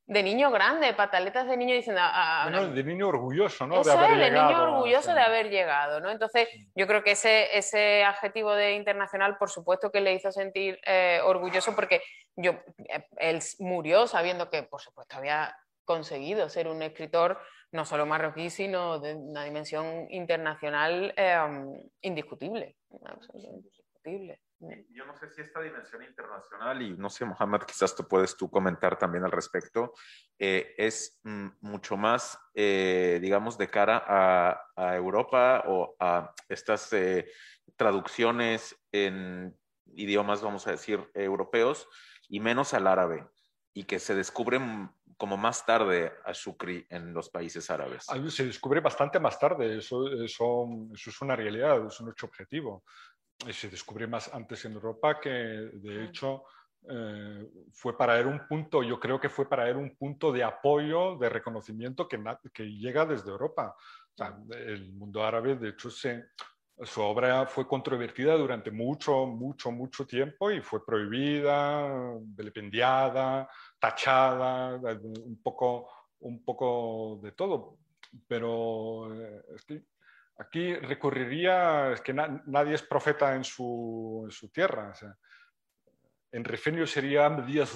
de niño grande, pataletas de niño diciendo... Ah, bueno, no, de niño orgulloso, ¿no? Eso de haber es, de llegado, niño orgulloso o sea, de haber llegado, ¿no? Entonces, yo creo que ese, ese adjetivo de internacional, por supuesto que le hizo sentir eh, orgulloso porque yo, eh, él murió sabiendo que, por supuesto, había conseguido ser un escritor no solo marroquí, sino de una dimensión internacional eh, indiscutible. Indiscutible. Yo no sé si esta dimensión internacional, y no sé, Mohamed, quizás tú puedes tú comentar también al respecto, eh, es mm, mucho más, eh, digamos, de cara a, a Europa o a estas eh, traducciones en idiomas, vamos a decir, europeos, y menos al árabe, y que se descubren como más tarde a Shukri en los países árabes. se descubre bastante más tarde, eso, eso, eso es una realidad, es un hecho objetivo. Se descubre más antes en Europa que, de hecho, eh, fue para él un punto, yo creo que fue para él un punto de apoyo, de reconocimiento que, que llega desde Europa. O sea, el mundo árabe, de hecho, se, su obra fue controvertida durante mucho, mucho, mucho tiempo y fue prohibida, vilipendiada, tachada, un poco, un poco de todo. Pero eh, es que aquí recurriría, es que na, nadie es profeta en su, en su tierra. O sea, en Refenio sería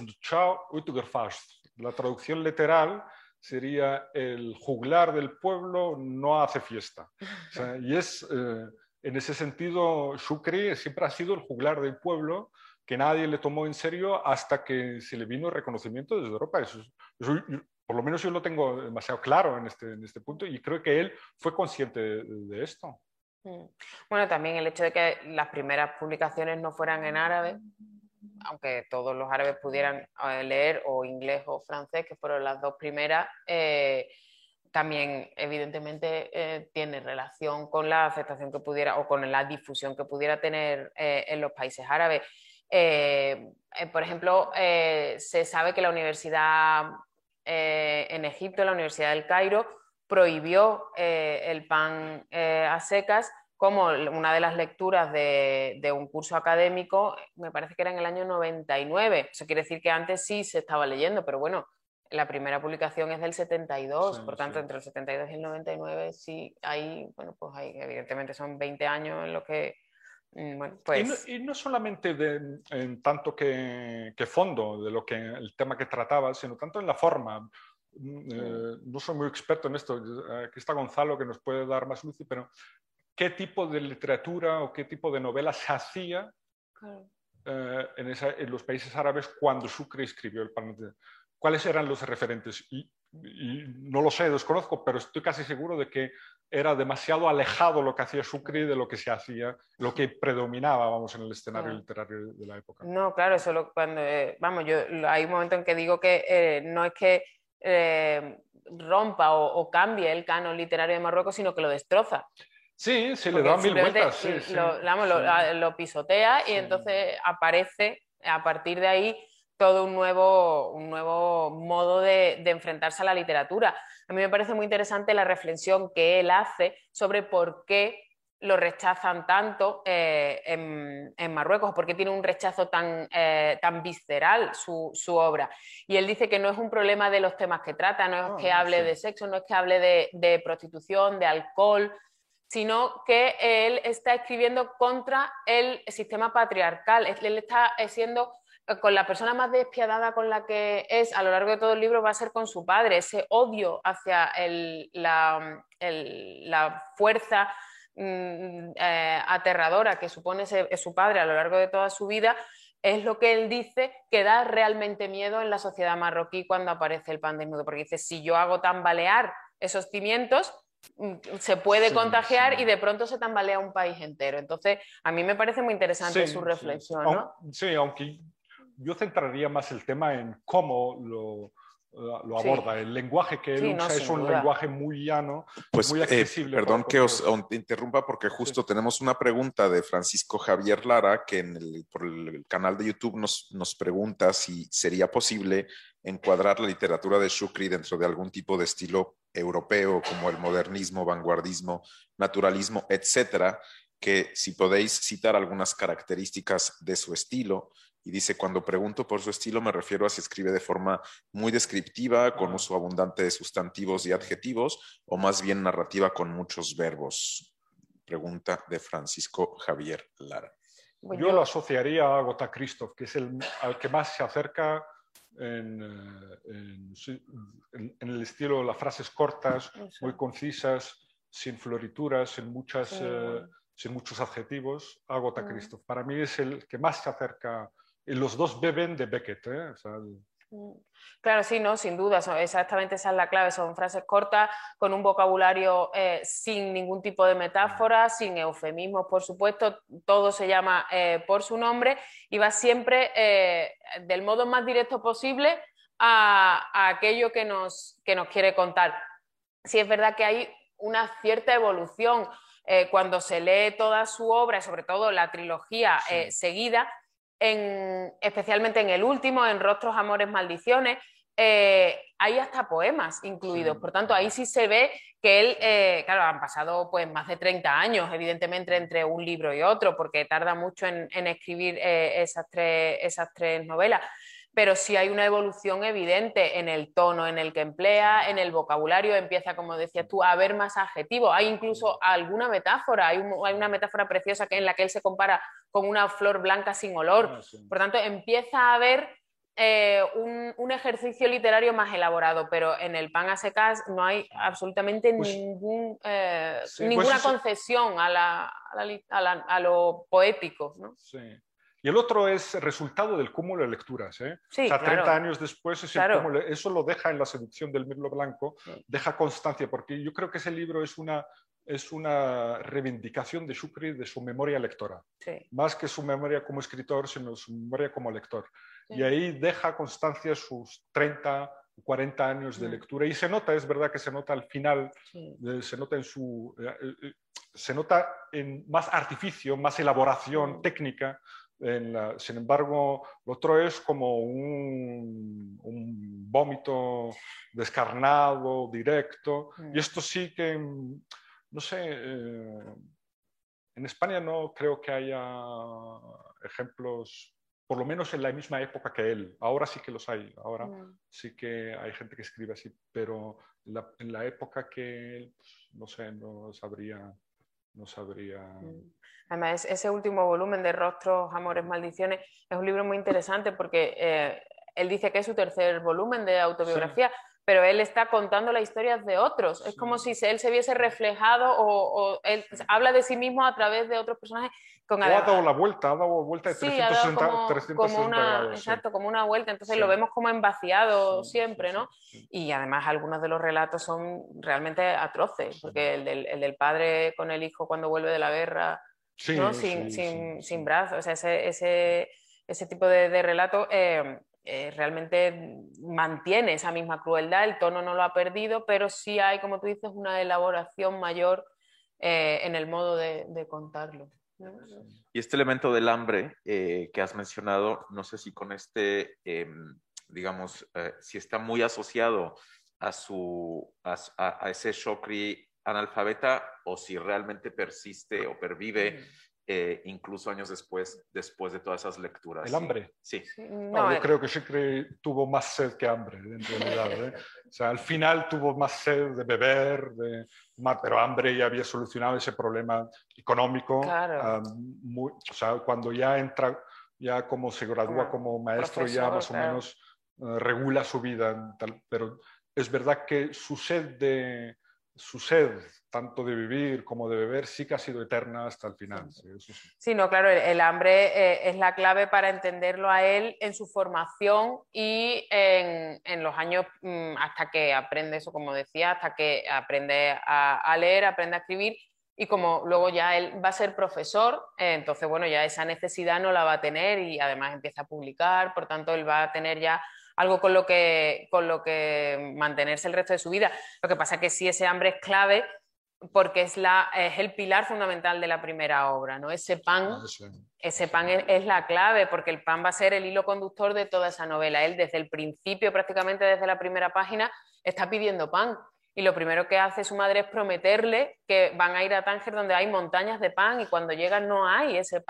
la traducción literal sería el juglar del pueblo no hace fiesta. O sea, y es, eh, en ese sentido, Shukri siempre ha sido el juglar del pueblo que nadie le tomó en serio hasta que se le vino el reconocimiento desde Europa. Eso, eso, por lo menos yo lo tengo demasiado claro en este, en este punto y creo que él fue consciente de, de esto. Bueno, también el hecho de que las primeras publicaciones no fueran en árabe, aunque todos los árabes pudieran leer o inglés o francés, que fueron las dos primeras, eh, también evidentemente eh, tiene relación con la aceptación que pudiera o con la difusión que pudiera tener eh, en los países árabes. Eh, eh, por ejemplo, eh, se sabe que la universidad eh, en Egipto, la Universidad del Cairo, prohibió eh, el pan eh, a secas como una de las lecturas de, de un curso académico, me parece que era en el año noventa y nueve. Eso quiere decir que antes sí se estaba leyendo, pero bueno, la primera publicación es del setenta y dos, sí, por tanto, sí. Entre el setenta y dos y el noventa y nueve sí hay, bueno, pues hay, evidentemente son veinte años en los que, bueno, pues... Y no, y no solamente de, en tanto que, que fondo de lo que el tema que trataba, sino tanto en la forma. Eh, no soy muy experto en esto, aquí está Gonzalo que nos puede dar más luz, pero qué tipo de literatura o qué tipo de novela se hacía claro. eh, en, esa, en los países árabes cuando Shukri escribió el Pan. ¿Cuáles eran los referentes? Y, y no lo sé, desconozco, pero estoy casi seguro de que era demasiado alejado lo que hacía Shukri de lo que se hacía, lo que predominaba, vamos, en el escenario claro. literario de la época. No, claro, eso lo, cuando, eh, vamos, yo hay un momento en que digo que eh, no es que eh, rompa o, o cambie el canon literario de Marruecos, sino que lo destroza. Sí, se le da mil vueltas. Sí, lo, sí, vamos, sí. Lo, lo pisotea y sí. Entonces aparece a partir de ahí todo un nuevo, un nuevo modo de, de enfrentarse a la literatura. A mí me parece muy interesante la reflexión que él hace sobre por qué lo rechazan tanto eh, en, en Marruecos, por qué tiene un rechazo tan, eh, tan visceral su, su obra. Y él dice que no es un problema de los temas que trata, no es oh, que hable sí. de sexo, no es que hable de, de prostitución, de alcohol, sino que él está escribiendo contra el sistema patriarcal. Él está siendo, con la persona más despiadada con la que es a lo largo de todo el libro, va a ser con su padre. Ese odio hacia el, la, el, la fuerza mm, eh, aterradora que supone ese, su padre a lo largo de toda su vida, es lo que él dice que da realmente miedo en la sociedad marroquí cuando aparece el pan desnudo. Porque dice, si yo hago tambalear esos cimientos, se puede sí, contagiar sí. y de pronto se tambalea un país entero. Entonces, a mí me parece muy interesante sí, su reflexión. Sí. ¿no? sí, aunque yo centraría más el tema en cómo lo, lo aborda. Sí. El lenguaje que él sí, usa no, es un duda. lenguaje muy llano, pues, muy accesible. Eh, perdón que os interrumpa porque justo sí. tenemos una pregunta de Francisco Javier Lara que en el, por el canal de YouTube nos, nos pregunta si sería posible encuadrar la literatura de Shukri dentro de algún tipo de estilo europeo como el modernismo, vanguardismo, naturalismo, etcétera, que si podéis citar algunas características de su estilo y dice, cuando pregunto por su estilo me refiero a si escribe de forma muy descriptiva, con uso abundante de sustantivos y adjetivos, o más bien narrativa con muchos verbos. Pregunta de Francisco Javier Lara. Yo, yo lo asociaría a Agatha Christoph, que es el al que más se acerca en, en, en, en el estilo, las frases cortas, Eso. muy concisas, sin florituras, sin, muchas, sí. eh, sin muchos adjetivos. Agatha mm. Christoph, para mí es el que más se acerca. Y los dos beben de Beckett. ¿eh? O sea, el... Claro, sí, no, sin duda, son, exactamente esa es la clave, son frases cortas, con un vocabulario eh, sin ningún tipo de metáfora, sin eufemismos, por supuesto, todo se llama eh, por su nombre y va siempre eh, del modo más directo posible a, a aquello que nos, que nos quiere contar. Sí es verdad que hay una cierta evolución eh, cuando se lee toda su obra, sobre todo la trilogía sí. eh, seguida, En, especialmente en el último, en Rostros, Amores, Maldiciones, eh, hay hasta poemas incluidos. Sí, por tanto, ahí sí se ve que él, eh, claro, han pasado pues más de treinta años, evidentemente, entre un libro y otro, porque tarda mucho en, en escribir eh, esas, tres, esas tres novelas. Pero sí hay una evolución evidente en el tono en el que emplea, en el vocabulario, empieza, como decías tú, a haber más adjetivos. Hay incluso alguna metáfora, hay, un, hay una metáfora preciosa que, en la que él se compara con una flor blanca sin olor. Ah, sí. Por tanto, empieza a haber eh, un, un ejercicio literario más elaborado, pero en el Pan a secas no hay absolutamente pues, ningún, eh, sí, ninguna pues eso... concesión a, la, a, la, a, la, a lo poético, ¿no? Sí. Y el otro es resultado del cúmulo de lecturas. ¿eh? Sí, o sea, claro. treinta años después, es claro. el cúmulo, eso lo deja en La seducción del mirlo blanco, sí. deja constancia, porque yo creo que ese libro es una, es una reivindicación de Shukri de su memoria lectora. Sí. Más que su memoria como escritor, sino su memoria como lector. Sí. Y ahí deja constancia sus treinta, cuarenta años sí. de lectura. Y se nota, es verdad que se nota al final, sí. eh, se nota en su... Eh, eh, se nota en más artificio, más elaboración sí. técnica. En la, sin embargo, lo otro es como un, un vómito descarnado, directo, mm. y esto sí que, no sé, eh, en España no creo que haya ejemplos, por lo menos en la misma época que él. Ahora sí que los hay, ahora mm. sí que hay gente que escribe así, pero la, en la época que él, no sé, no sabría... No sabría... Además, ese último volumen de Rostros, Amores, Maldiciones es un libro muy interesante porque eh, él dice que es su tercer volumen de autobiografía, sí. pero él está contando las historias de otros. Sí. Es como si él se viese reflejado o, o él habla de sí mismo a través de otros personajes. Con o ha dado la vuelta, ha dado vuelta de sí, trescientos sesenta, como, trescientos sesenta como una, grados. Exacto, sí. como una vuelta. Entonces sí. lo vemos como en vaciado sí, siempre, sí, ¿no? Sí, sí. Y además algunos de los relatos son realmente atroces, porque el del, el del padre con el hijo cuando vuelve de la guerra, sí, ¿no? sin, sí, sin, sí, sin sí. brazos, o sea, ese, ese, ese tipo de, de relato eh, eh, realmente mantiene esa misma crueldad, el tono no lo ha perdido, pero sí hay, como tú dices, una elaboración mayor eh, en el modo de, de contarlo. ¿No? Y este elemento del hambre eh, que has mencionado, no sé si con este, eh, digamos, eh, si está muy asociado a, su, a, a ese Shokri analfabeta o si realmente persiste o pervive eh, incluso años después, después de todas esas lecturas. ¿El hambre? Sí. sí no, no, yo eh. creo que Shokri tuvo más sed que hambre, en realidad. ¿eh? O sea, al final tuvo más sed de beber, de... pero hambre ya había solucionado ese problema económico. Claro. Um, muy, o sea, cuando ya entra, ya como se gradúa como, como maestro, profesor, ya más claro. o menos uh, regula su vida. Tal, pero es verdad que su sed de... su sed, tanto de vivir como de beber, sí que ha sido eterna hasta el final. Sí, eso sí. sí no, claro, el, el hambre eh, es la clave para entenderlo a él en su formación y en, en los años mmm, hasta que aprende eso, como decía, hasta que aprende a, a leer, aprende a escribir y como luego ya él va a ser profesor, eh, entonces bueno, ya esa necesidad no la va a tener y además empieza a publicar, por tanto él va a tener ya algo con lo que, con lo que mantenerse el resto de su vida. Lo que pasa es que sí, ese hambre es clave porque es, la, es el pilar fundamental de la primera obra, ¿no? Ese pan, ese pan es, es la clave porque el pan va a ser el hilo conductor de toda esa novela. Él desde el principio, prácticamente desde la primera página, está pidiendo pan. Y lo primero que hace su madre es prometerle que van a ir a Tánger donde hay montañas de pan y cuando llegan no hay ese pan.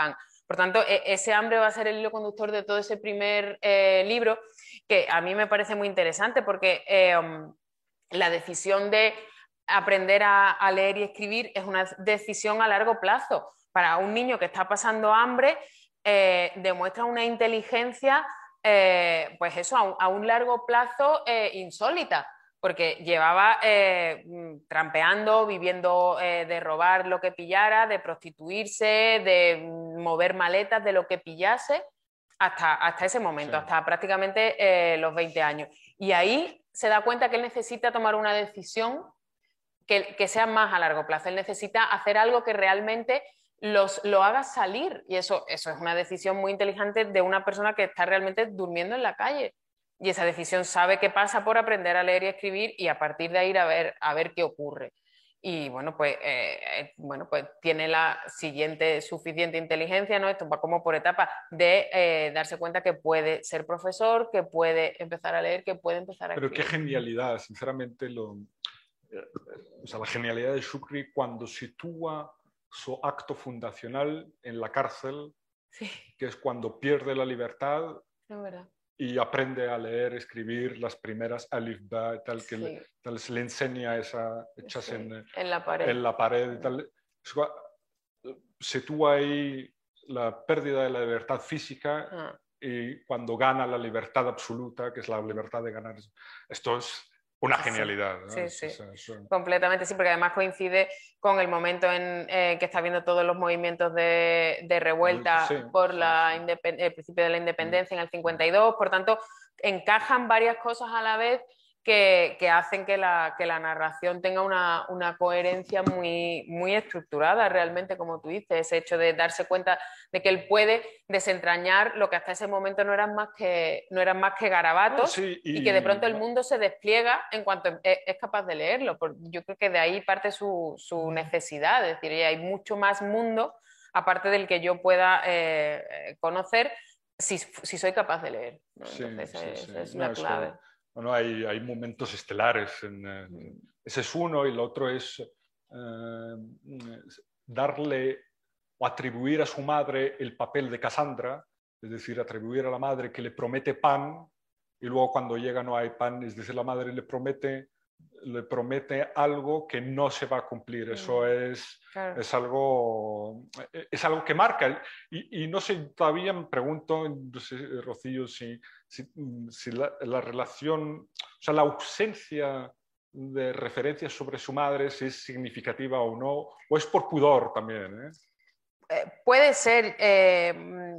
Por tanto, ese hambre va a ser el hilo conductor de todo ese primer eh, libro, que a mí me parece muy interesante porque eh, um, la decisión de aprender a, a leer y escribir es una decisión a largo plazo. Para un niño que está pasando hambre, eh, demuestra una inteligencia, eh, pues eso, a un, a un largo plazo eh, insólita, porque llevaba eh, trampeando, viviendo eh, de robar lo que pillara, de prostituirse, de mover maletas, de lo que pillase, hasta, hasta ese momento, sí. hasta prácticamente eh, los veinte años. Y ahí se da cuenta que él necesita tomar una decisión que, que sea más a largo plazo. Él necesita hacer algo que realmente los, lo haga salir. Y eso, eso es una decisión muy inteligente de una persona que está realmente durmiendo en la calle. Y esa decisión sabe que pasa por aprender a leer y escribir y a partir de ahí a ver, a ver qué ocurre. Y bueno, pues, eh, bueno, pues tiene la siguiente suficiente inteligencia, ¿no? Esto va como por etapas, de eh, darse cuenta que puede ser profesor, que puede empezar a leer, que puede empezar a Pero escribir. qué genialidad, sinceramente, lo, eh, o sea, la genialidad de Shukri cuando sitúa su acto fundacional en la cárcel, sí. que es cuando pierde la libertad. Es verdad. Y aprende a leer, escribir las primeras alif ba, tal que sí. le, tal se le enseña esa hechas sí. en, en la pared. En la pared tal. Sitúa ahí la pérdida de la libertad física ah. y cuando gana la libertad absoluta, que es la libertad de ganar. Esto es una sí, genialidad. ¿no? Sí, sí. Es, es, es, completamente, sí, porque además coincide con el momento en eh, que está viendo todos los movimientos de, de revuelta sí, por sí, la sí. el principio de la independencia en el cincuenta y dos, por tanto, encajan varias cosas a la vez que, que hacen que la, que la narración tenga una, una coherencia muy, muy estructurada realmente, como tú dices, ese hecho de darse cuenta de que él puede desentrañar lo que hasta ese momento no eran más que, no eran más que garabatos sí, y, y que de pronto el mundo se despliega en cuanto es, es capaz de leerlo. Yo creo que de ahí parte su, su necesidad, es decir, hay mucho más mundo aparte del que yo pueda eh, conocer si, si soy capaz de leer, ¿no? Entonces sí, es, sí, sí. es No, la clave. Eso... Bueno, hay, hay momentos estelares. En, eh, ese es uno y el otro es eh, darle o atribuir a su madre el papel de Cassandra, es decir, atribuir a la madre que le promete pan y luego cuando llega no hay pan, es decir, la madre le promete, le promete algo que no se va a cumplir. Eso es, claro. es, algo, es algo que marca. Y, y no sé, todavía me pregunto, no sé, Rocío, si... Si, si la, la relación, o sea, la ausencia de referencias sobre su madre, si es significativa o no, o es por pudor también, ¿eh? Eh, puede ser. Eh,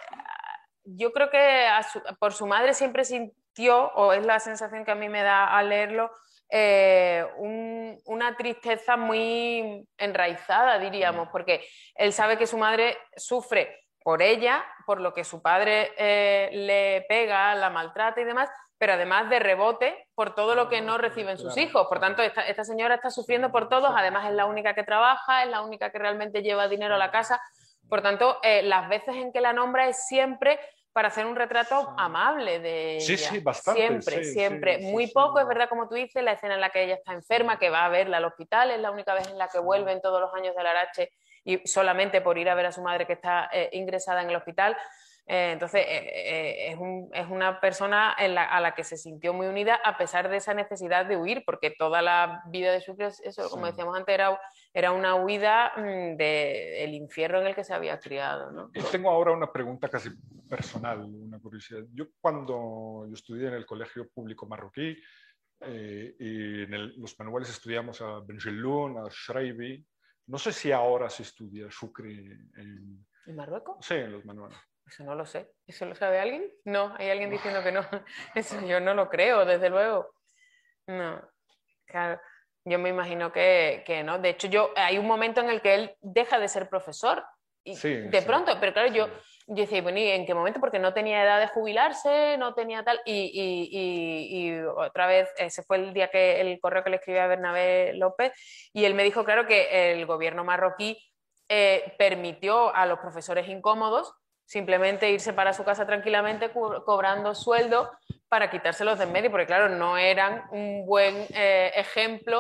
yo creo que a su, por su madre siempre sintió, o es la sensación que a mí me da al leerlo, eh, un, una tristeza muy enraizada, diríamos, porque él sabe que su madre sufre por ella, por lo que su padre eh, le pega, la maltrata y demás, pero además de rebote por todo lo que no reciben sus hijos. Por tanto, esta, esta señora está sufriendo por todos, además es la única que trabaja, es la única que realmente lleva dinero a la casa. Por tanto, eh, las veces en que la nombra es siempre para hacer un retrato amable de ella. Sí, sí, bastante. Siempre, sí, siempre. Sí, Muy sí, poco, sí. es verdad, como tú dices, la escena en la que ella está enferma, que va a verla al hospital, es la única vez en la que vuelve en todos los años del Arache y solamente por ir a ver a su madre que está eh, ingresada en el hospital. Eh, entonces, eh, eh, es, un, es una persona en la, a la que se sintió muy unida a pesar de esa necesidad de huir, porque toda la vida de Shukri, eso, como decíamos antes, era, era una huida mmm, del infierno en el que se había criado, ¿no? Y tengo ahora una pregunta casi personal, una curiosidad. Yo cuando yo estudié en el colegio público marroquí eh, y en el, los manuales estudiamos a Benjelloun, a Shreibi. No sé si ahora se estudia Shukri en... ¿En Marruecos? Sí, en los manuales. Eso no lo sé. ¿Eso lo sabe alguien? No, hay alguien diciendo que no. Eso yo no lo creo, desde luego. No, claro. Yo me imagino que, que no. De hecho, yo hay un momento en el que él deja de ser profesor. Y sí, de sí, pronto, pero claro, sí. yo, yo decía, bueno, ¿y en qué momento? Porque no tenía edad de jubilarse, no tenía tal. Y, y, y, y otra vez, ese fue el día que el correo que le escribí a Bernabé López, y él me dijo, claro, que el gobierno marroquí eh, permitió a los profesores incómodos simplemente irse para su casa tranquilamente co cobrando sueldo para quitárselos de en medio, porque claro, no eran un buen eh, ejemplo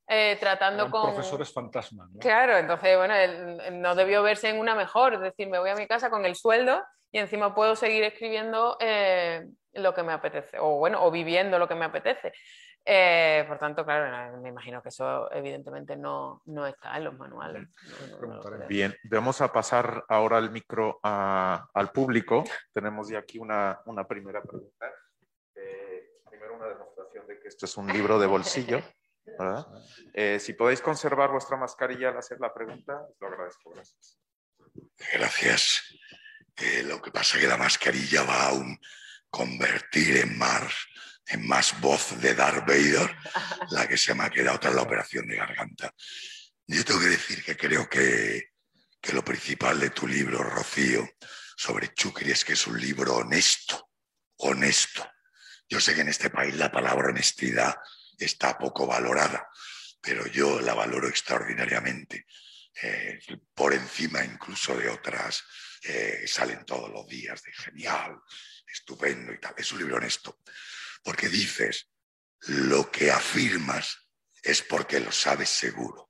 eh, tratando Eran con... profesores fantasmas, ¿no? Claro, entonces, bueno, él, él no debió verse en una mejor, es decir, me voy a mi casa con el sueldo y encima puedo seguir escribiendo eh, lo que me apetece, o bueno, o viviendo lo que me apetece. Eh, por tanto, claro, me imagino que eso evidentemente no, no está en los manuales. No, no, no Bien, vamos a pasar ahora el micro a, al público. Tenemos ya aquí una, una primera pregunta. Eh, primero una demostración de que esto es un libro de bolsillo, ¿verdad? Eh, si podéis conservar vuestra mascarilla al hacer la pregunta, os lo agradezco. Gracias. Gracias. Eh, lo que pasa es que la mascarilla va a un convertir en más, en más voz de Darth Vader, la que se me ha quedado tras la operación de garganta. Yo tengo que decir que creo que, que lo principal de tu libro, Rocío, sobre Chucri, es que es un libro honesto, honesto. Yo sé que en este país la palabra honestidad está poco valorada, pero yo la valoro extraordinariamente, eh, por encima incluso de otras eh, que salen todos los días de genial, estupendo y tal. Es un libro honesto, porque dices lo que afirmas es porque lo sabes seguro.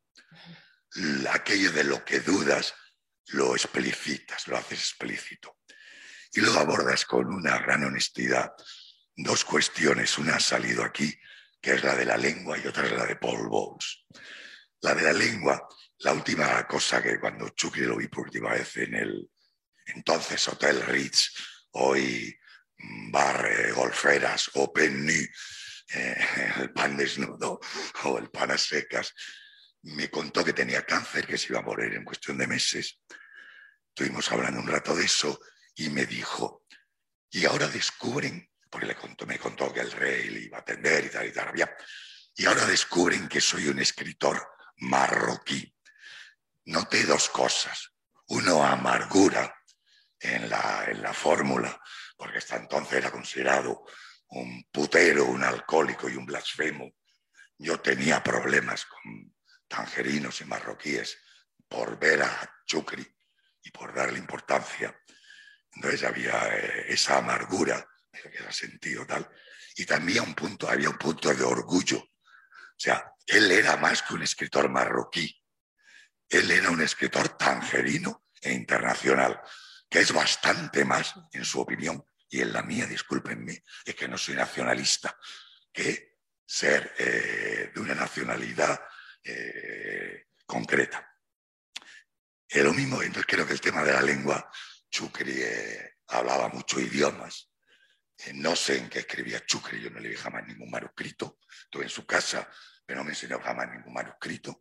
Aquello de lo que dudas lo explicitas, lo haces explícito. Y luego abordas con una gran honestidad dos cuestiones. Una ha salido aquí, que es la de la lengua, y otra es la de Paul Bowles. La de la lengua, la última cosa que cuando Chucri lo vi por última vez en el entonces Hotel Ritz, hoy Bar eh, Golferas o Penny, eh, el pan desnudo o el pan a secas, me contó que tenía cáncer, que se iba a morir en cuestión de meses. Estuvimos hablando un rato de eso y me dijo, y ahora descubren, porque le contó, me contó que el rey le iba a atender y tal y tal, bien, y ahora descubren que soy un escritor marroquí. Noté dos cosas. Uno, amargura en la, en la fórmula, porque hasta entonces era considerado un putero, un alcohólico y un blasfemo. Yo tenía problemas con tangerinos y marroquíes por ver a Chucri y por darle importancia. Entonces había eh, esa amargura, que era sentido tal, y también un punto, había un punto de orgullo. O sea, él era más que un escritor marroquí. Él era un escritor tangerino e internacional, que es bastante más, en su opinión, y en la mía, discúlpenme, es que no soy nacionalista, que ser eh, de una nacionalidad eh, concreta. Es lo mismo, entonces creo que el tema de la lengua, Chucri eh, hablaba muchos idiomas. Eh, no sé en qué escribía Chucri, yo no le vi jamás ningún manuscrito. Estuve en su casa, pero no me enseñó jamás ningún manuscrito.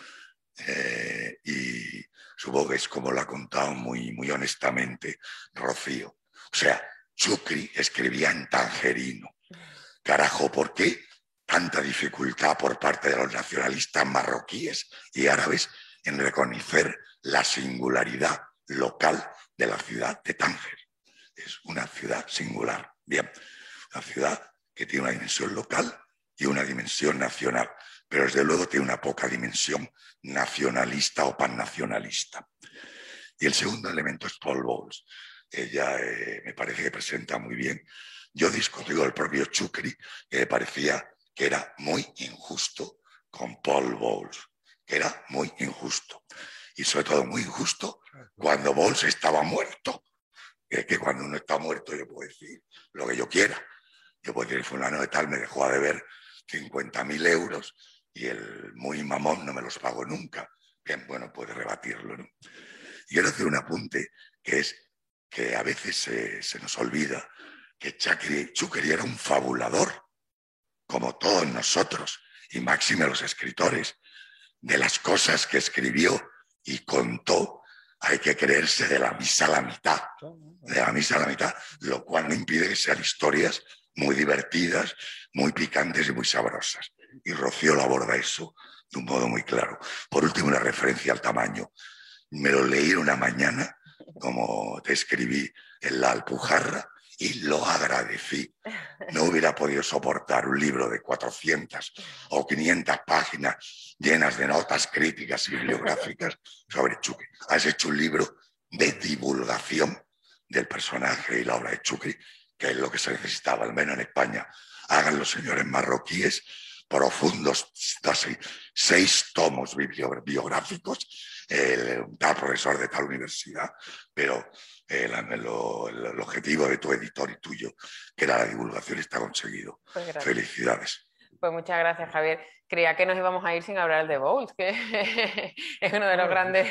Eh, y supongo que es como lo ha contado muy, muy honestamente Rocío. O sea, Chucri escribía en tangerino. Carajo, ¿por qué tanta dificultad por parte de los nacionalistas marroquíes y árabes en reconocer la singularidad local de la ciudad de Tánger? Es una ciudad singular, bien, una ciudad que tiene una dimensión local y una dimensión nacional, pero desde luego tiene una poca dimensión nacionalista o pannacionalista. Y el segundo elemento es Paul Bowles. Ella eh, me parece que presenta muy bien. Yo discutí con el propio Chucri, que me parecía que era muy injusto con Paul Bowles, que era muy injusto. Y sobre todo muy injusto cuando Bowles estaba muerto. Que, que cuando uno está muerto yo puedo decir lo que yo quiera. Yo puedo decir, fulano de tal me dejó a deber cincuenta mil euros y el muy mamón no me los pagó nunca. Bien, bueno, puede rebatirlo, ¿no? Y quiero hacer un apunte, que es que a veces se, se nos olvida que Chucri era un fabulador, como todos nosotros, y máxime los escritores. De las cosas que escribió y contó, hay que creerse de la misa a la mitad, de la misa a la mitad, lo cual no impide que sean historias muy divertidas, muy picantes y muy sabrosas. Y Rocío lo aborda eso de un modo muy claro. Por último, una referencia al tamaño. Me lo leí una mañana, como te escribí en la Alpujarra, y lo agradecí. No hubiera podido soportar un libro de cuatrocientas o quinientas páginas llenas de notas críticas y bibliográficas sobre Chucri. Has hecho un libro de divulgación del personaje y la obra de Chucri, que es lo que se necesitaba, al menos en España. Hagan los señores marroquíes profundos, casi seis tomos biográficos, el, un tal profesor de tal universidad, pero el, el, el objetivo de tu editor y tuyo, que era la divulgación, está conseguido. Pues felicidades. Pues muchas gracias, Javier. Creía que nos íbamos a ir sin hablar de Bowles, que es uno de los grandes,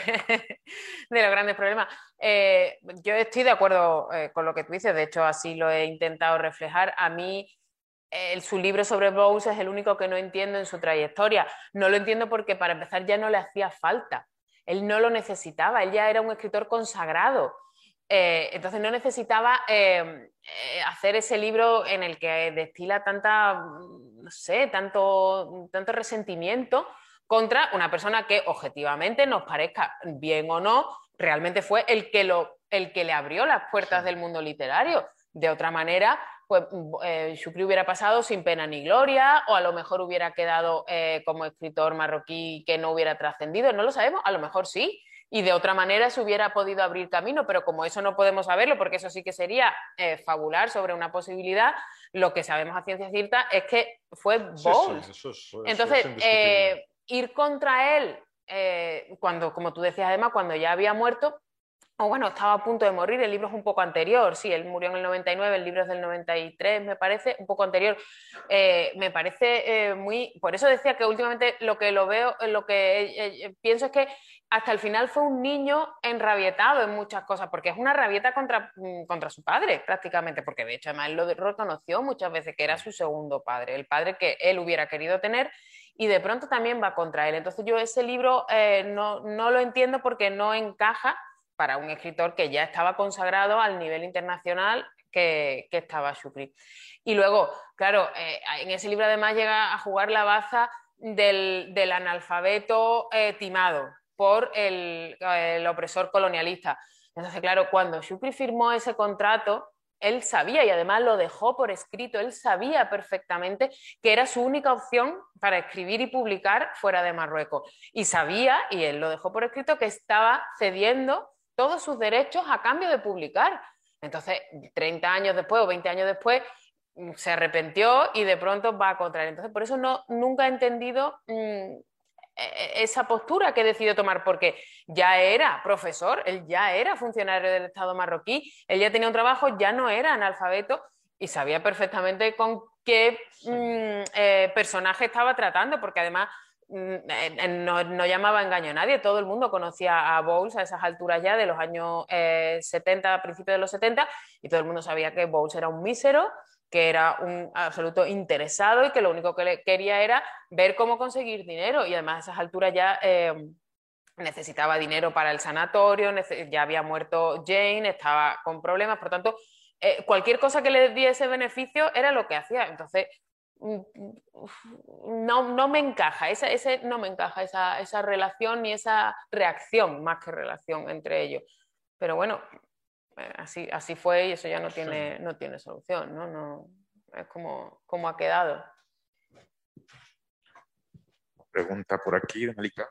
de los grandes problemas. Eh, yo estoy de acuerdo eh, con lo que tú dices, de hecho así lo he intentado reflejar. A mí eh, su libro sobre Bowles es el único que no entiendo en su trayectoria. No lo entiendo porque para empezar ya no le hacía falta, él no lo necesitaba, él ya era un escritor consagrado. Eh, entonces no necesitaba eh, eh, hacer ese libro en el que destila tanta, no sé, tanto, tanto resentimiento contra una persona que objetivamente, nos parezca bien o no, realmente fue el que, lo, el que le abrió las puertas sí. del mundo literario. De otra manera, pues eh, Shukri hubiera pasado sin pena ni gloria, o a lo mejor hubiera quedado eh, como escritor marroquí que no hubiera trascendido, no lo sabemos, a lo mejor sí. Y de otra manera se hubiera podido abrir camino, pero como eso no podemos saberlo, porque eso sí que sería eh, fabular sobre una posibilidad, lo que sabemos a ciencia cierta es que fue Bowles. Sí, sí, eso es, eso Entonces, es eh, ir contra él, eh, cuando, como tú decías, además, cuando ya había muerto, o bueno, estaba a punto de morir, el libro es un poco anterior, sí, él murió en el noventa y nueve, el libro es del noventa y tres, me parece, un poco anterior, eh, me parece eh, muy... Por eso decía que últimamente lo que lo veo, lo que eh, eh, pienso es que hasta el final fue un niño enrabietado en muchas cosas, porque es una rabieta contra, contra su padre, prácticamente, porque de hecho además él lo reconoció muchas veces que era su segundo padre, el padre que él hubiera querido tener, y de pronto también va contra él. Entonces yo ese libro eh, no, no lo entiendo porque no encaja para un escritor que ya estaba consagrado al nivel internacional que, que estaba Shukri. Y luego, claro, eh, en ese libro además llega a jugar la baza del, del analfabeto eh, timado por el, el opresor colonialista. Entonces, claro, cuando Shukri firmó ese contrato, él sabía, y además lo dejó por escrito, él sabía perfectamente que era su única opción para escribir y publicar fuera de Marruecos. Y sabía, y él lo dejó por escrito, que estaba cediendo todos sus derechos a cambio de publicar. Entonces, treinta años después o veinte años después, se arrepintió y de pronto va a contra él. Entonces, por eso no, nunca he entendido mmm, esa postura que decidió tomar, porque ya era profesor, él ya era funcionario del Estado marroquí, él ya tenía un trabajo, ya no era analfabeto y sabía perfectamente con qué mmm, eh, personaje estaba tratando, porque además No, no llamaba a engaño a nadie, todo el mundo conocía a Bowles a esas alturas ya de los años eh, setenta, a principios de los setenta, y todo el mundo sabía que Bowles era un mísero, que era un absoluto interesado y que lo único que le quería era ver cómo conseguir dinero, y además a esas alturas ya eh, necesitaba dinero para el sanatorio, ya había muerto Jane, estaba con problemas, por tanto eh, cualquier cosa que le diese beneficio era lo que hacía. Entonces No, no me encaja, ese, ese, no me encaja esa, esa relación ni esa reacción, más que relación entre ellos. Pero bueno, así, así fue y eso ya no tiene, no tiene solución, ¿no? No, es como, como ha quedado. Pregunta por aquí, Malika.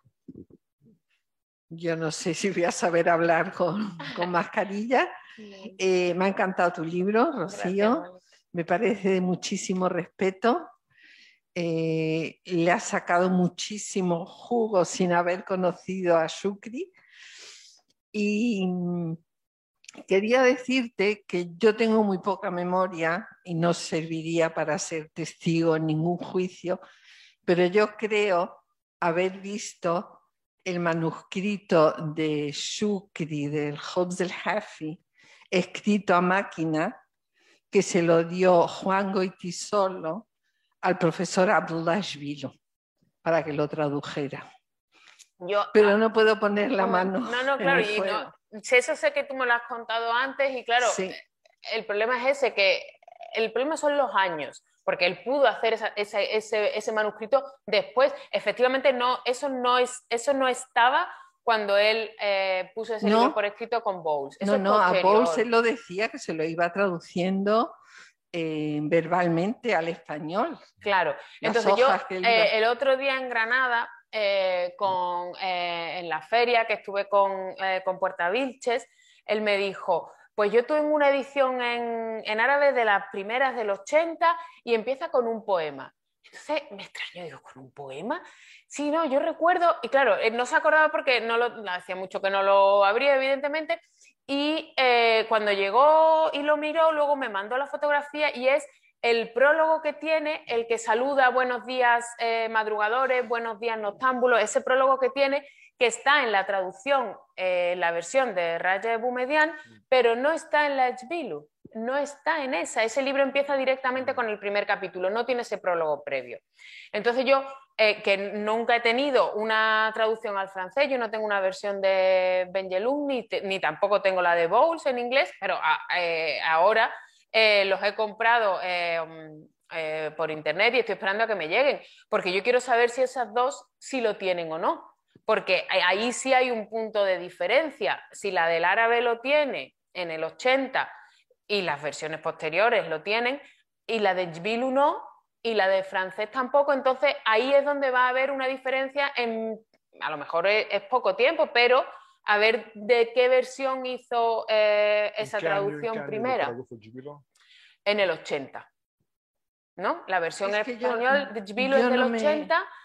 Yo no sé si voy a saber hablar con, con mascarilla. Eh, me ha encantado tu libro, Rocío. Gracias. Me parece de muchísimo respeto. Eh, le ha sacado muchísimo jugo sin haber conocido a Shukri. Y quería decirte que yo tengo muy poca memoria y no serviría para ser testigo en ningún juicio, pero yo creo haber visto el manuscrito de Shukri, del Hobs el Hafi, escrito a máquina, que se lo dio Juan Goytisolo al profesor Abdullah Shvilo para que lo tradujera. Yo, Pero no puedo poner la mano. No, no, claro, y no, eso sé que tú me lo has contado antes y claro, sí. El problema es ese, que el problema son los años, porque él pudo hacer esa, esa, ese, ese manuscrito después. Efectivamente, no, eso, no es, eso no estaba cuando él eh, puso ese no, libro por escrito con Bowles. Eso no, no, a Bowles él lo decía que se lo iba traduciendo eh, verbalmente al español. Claro, entonces yo eh, el otro día en Granada, eh, con, eh, en la feria que estuve con, eh, con Puerta Vilches, él me dijo, pues yo tengo una edición en, en árabe de las primeras del ochenta y empieza con un poema. Entonces me extrañó, digo, ¿con un poema? Sí, no, yo recuerdo, y claro, no se acordaba porque no lo, hacía mucho que no lo abría, evidentemente, y eh, cuando llegó y lo miró, luego me mandó la fotografía y es el prólogo que tiene, el que saluda buenos días eh, madrugadores, buenos días noctámbulos, ese prólogo que tiene, que está en la traducción, eh, la versión de Raya Boumediene, pero no está en la Ejbilu, no está en esa. Ese libro empieza directamente con el primer capítulo, no tiene ese prólogo previo. Entonces yo, eh, que nunca he tenido una traducción al francés, yo no tengo una versión de Benjelloun, ni, ni tampoco tengo la de Bowles en inglés, pero a, eh, ahora eh, los he comprado eh, eh, por internet y estoy esperando a que me lleguen, porque yo quiero saber si esas dos sí lo tienen o no. Porque ahí sí hay un punto de diferencia. Si la del árabe lo tiene en el ochenta y las versiones posteriores lo tienen, y la de Ejbilu no, y la de francés tampoco, entonces ahí es donde va a haber una diferencia en, a lo mejor es, es poco tiempo, pero a ver de qué versión hizo eh, esa traducción año, primera. En el ochenta, ¿no? La versión es en español yo, de Ejbilu es del no ochenta... Me...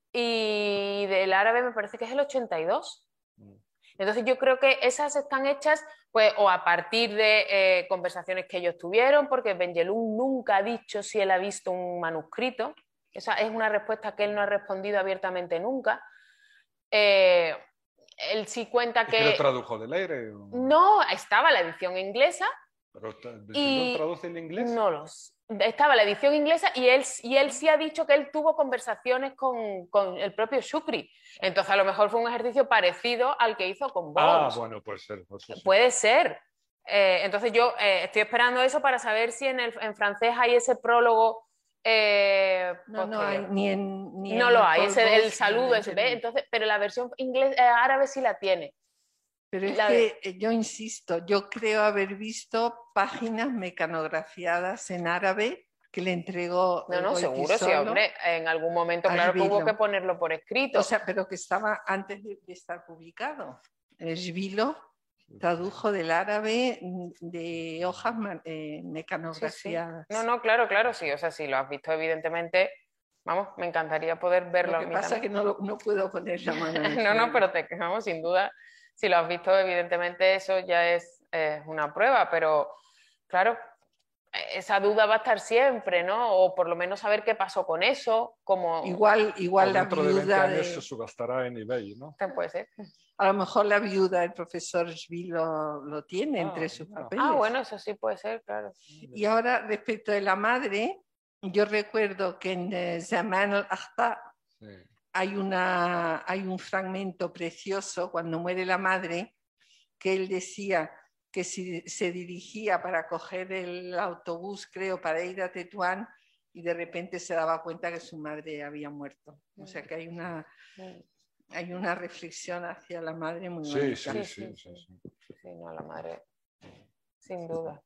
y del árabe me parece que es el ochenta y dos. Entonces yo creo que esas están hechas pues o a partir de eh, conversaciones que ellos tuvieron, porque Benjelloun nunca ha dicho si él ha visto un manuscrito. Esa es una respuesta que él no ha respondido abiertamente nunca. Eh, él sí cuenta que... ¿Y lo tradujo del aire? O... No, estaba la edición inglesa. ¿Pero y... traduce el inglés? No los... Estaba la edición inglesa y él, y él sí ha dicho que él tuvo conversaciones con, con el propio Shukri. Entonces a lo mejor fue un ejercicio parecido al que hizo con Bowles. Ah, bueno, puede ser. Eso sí. Puede ser. Eh, entonces yo eh, estoy esperando eso para saber si en, el, en francés hay ese prólogo. Eh, no, no hay, ni en... Ni no en lo hay, ese, el Bowles, saludo, ese, ¿ve? Entonces, pero la versión inglés, eh, árabe sí la tiene. Pero es la que de... yo insisto, yo creo haber visto páginas mecanografiadas en árabe que le entregó. No, no, seguro, sí, hombre. En algún momento, claro que hubo que ponerlo por escrito. O sea, pero que estaba antes de, de estar publicado. Ejbilu tradujo del árabe de hojas eh, mecanografiadas. Sí, sí. No, no, claro, claro, sí. O sea, si lo has visto, evidentemente. Vamos, me encantaría poder verlo. Lo que pasa es que no, no puedo poner la mano. En no, no, pero te quejamos, sin duda. Si lo has visto, evidentemente eso ya es, es una prueba, pero claro, esa duda va a estar siempre, ¿no? O por lo menos saber qué pasó con eso, como... Igual, igual la viuda de veinte años de... se subastará en eBay, ¿no? Puede ser. A lo mejor la viuda del profesor Ejbilu lo, lo tiene ah, entre sus no. papeles. Ah, bueno, eso sí puede ser, claro. Y ahora, respecto de la madre, yo recuerdo que en Zaman al-Akhtar sí. hay, una, hay un fragmento precioso cuando muere la madre, que él decía que si se dirigía para coger el autobús, creo, para ir a Tetuán, y de repente se daba cuenta que su madre había muerto. O sea que hay una, hay una reflexión hacia la madre muy sí, bonita. Sí, sí, sí, sí, sí. Sí, no, la madre, sin duda.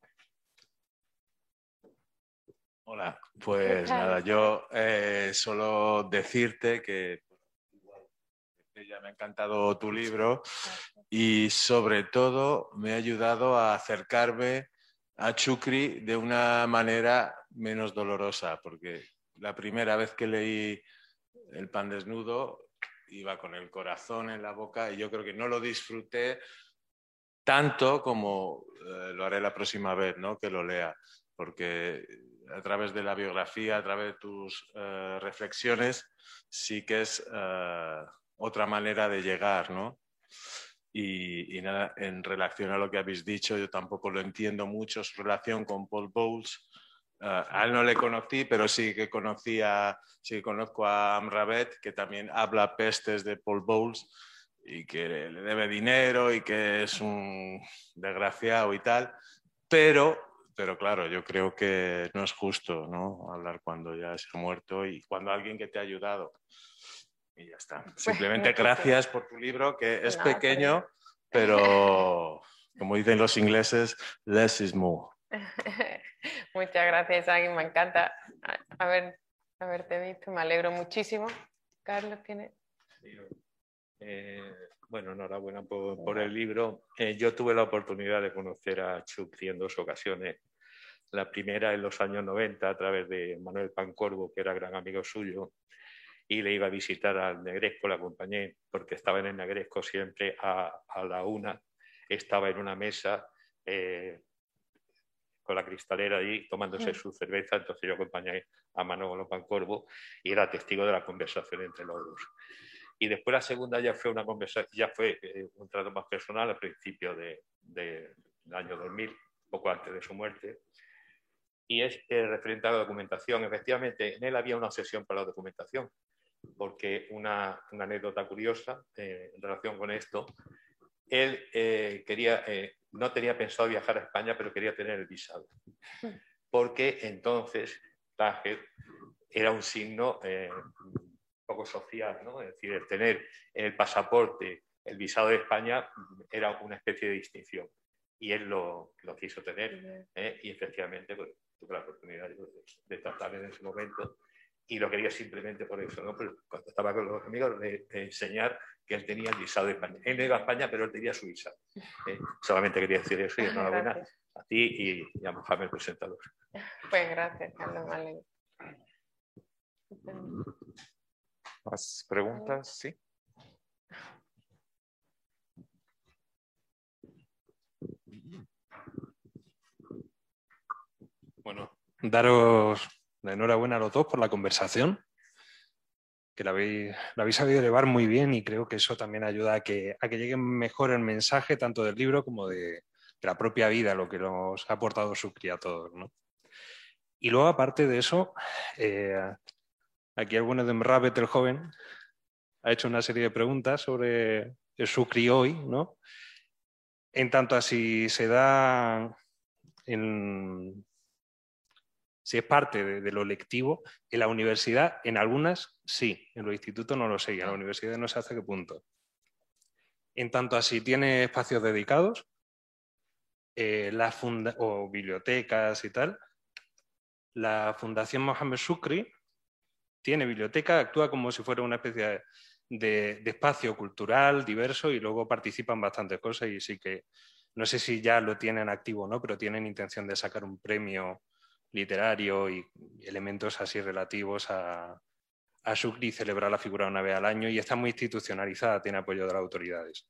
Hola, pues nada, yo eh, solo decirte que ya me ha encantado tu libro y sobre todo me ha ayudado a acercarme a Shukri de una manera menos dolorosa, porque la primera vez que leí El pan desnudo iba con el corazón en la boca y yo creo que no lo disfruté tanto como eh, lo haré la próxima vez, ¿no? Que lo lea, porque a través de la biografía, a través de tus eh, reflexiones, sí que es eh, otra manera de llegar, ¿no? Y, y nada, en relación a lo que habéis dicho, yo tampoco lo entiendo mucho, su relación con Paul Bowles. Uh, a él no le conocí, pero sí que conocía, sí que conozco a Amrabat, que también habla pestes de Paul Bowles y que le debe dinero y que es un desgraciado y tal, pero, pero claro, yo creo que no es justo, ¿no? Hablar cuando ya se ha muerto y cuando alguien que te ha ayudado. Y ya está. Simplemente gracias por tu libro, que es pequeño, pero como dicen los ingleses, less is more. Muchas gracias, Agui, me encanta haber, haberte visto, me alegro muchísimo. Carlos, ¿tiene? Eh, bueno, enhorabuena por, por el libro. Eh, yo tuve la oportunidad de conocer a Shukri en dos ocasiones La primera en los años noventa a través de Manuel Pancorbo, que era gran amigo suyo, y le iba a visitar al Negresco, la acompañé, porque estaba en el Negresco siempre a, a la una, estaba en una mesa eh, con la cristalera allí tomándose su cerveza, entonces yo acompañé a Manolo Pancorbo y era testigo de la conversación entre los dos. Y después la segunda ya fue una conversación, ya fue eh, un trato más personal a principios de, de, del año dos mil, poco antes de su muerte, y es eh, referente a la documentación. Efectivamente, en él había una obsesión por la documentación, porque una, una anécdota curiosa eh, en relación con esto, él eh, quería, eh, no tenía pensado viajar a España, pero quería tener el visado, porque entonces Tánger era un signo eh, un poco social, ¿no? Es decir, el tener en el pasaporte el visado de España era una especie de distinción, y él lo, lo quiso tener, ¿eh? Y efectivamente pues, tuve la oportunidad de, de tratar en ese momento. Y lo quería simplemente por eso, ¿no? Pero cuando estaba con los amigos, de, de enseñar que él tenía el visado de España. Él no iba a España, pero él tenía su visado. ¿eh? Solamente quería decir eso y enhorabuena gracias a ti y, y a Mohamed, el presentador. Pues gracias, Carlos. Vale. ¿Más preguntas? Sí. Bueno, daros la enhorabuena a los dos por la conversación, que la habéis, la habéis sabido llevar muy bien, y creo que eso también ayuda a que, a que llegue mejor el mensaje tanto del libro como de, de la propia vida, lo que nos ha aportado Shukri a todos, ¿no? Y luego, aparte de eso, eh, aquí el bueno de Mravet, el joven, ha hecho una serie de preguntas sobre el Shukri hoy, ¿no? En tanto a si se da en... si es parte de, de lo lectivo, en la universidad, en algunas sí, en los institutos no lo sé, y en la universidad no sé hasta qué punto. En tanto a si tiene espacios dedicados, eh, la funda o bibliotecas y tal, la Fundación Mohamed Shukri tiene biblioteca, actúa como si fuera una especie de, de, de espacio cultural diverso, y luego participan bastantes cosas, y sí que, no sé si ya lo tienen activo o no, pero tienen intención de sacar un premio literario y elementos así relativos a, a Shukri, y celebrar la figura una vez al año, y está muy institucionalizada, tiene apoyo de las autoridades.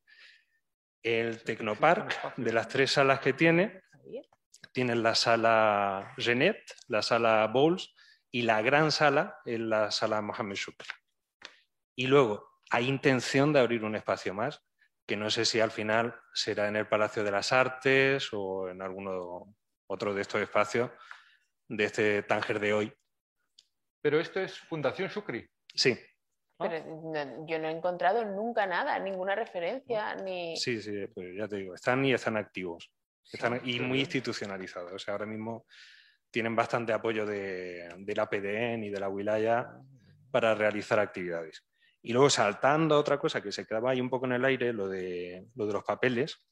El Tecnopark, de las tres salas que tiene, tiene la sala Genet, la sala Bowles, y la gran sala es la sala Mohamed Shukri. Y luego hay intención de abrir un espacio más, que no sé si al final será en el Palacio de las Artes o en alguno otro de estos espacios de este Tánger de hoy. Pero esto es Fundación Shukri. Sí. Pero no, yo no he encontrado nunca nada, ninguna referencia, ni... Sí, sí, pues ya te digo, están y están activos. Están, sí, y muy institucionalizados. O sea, ahora mismo tienen bastante apoyo de, de la P D N y de la Wilaya para realizar actividades. Y luego, saltando a otra cosa que se quedaba ahí un poco en el aire, lo de, lo de los papeles,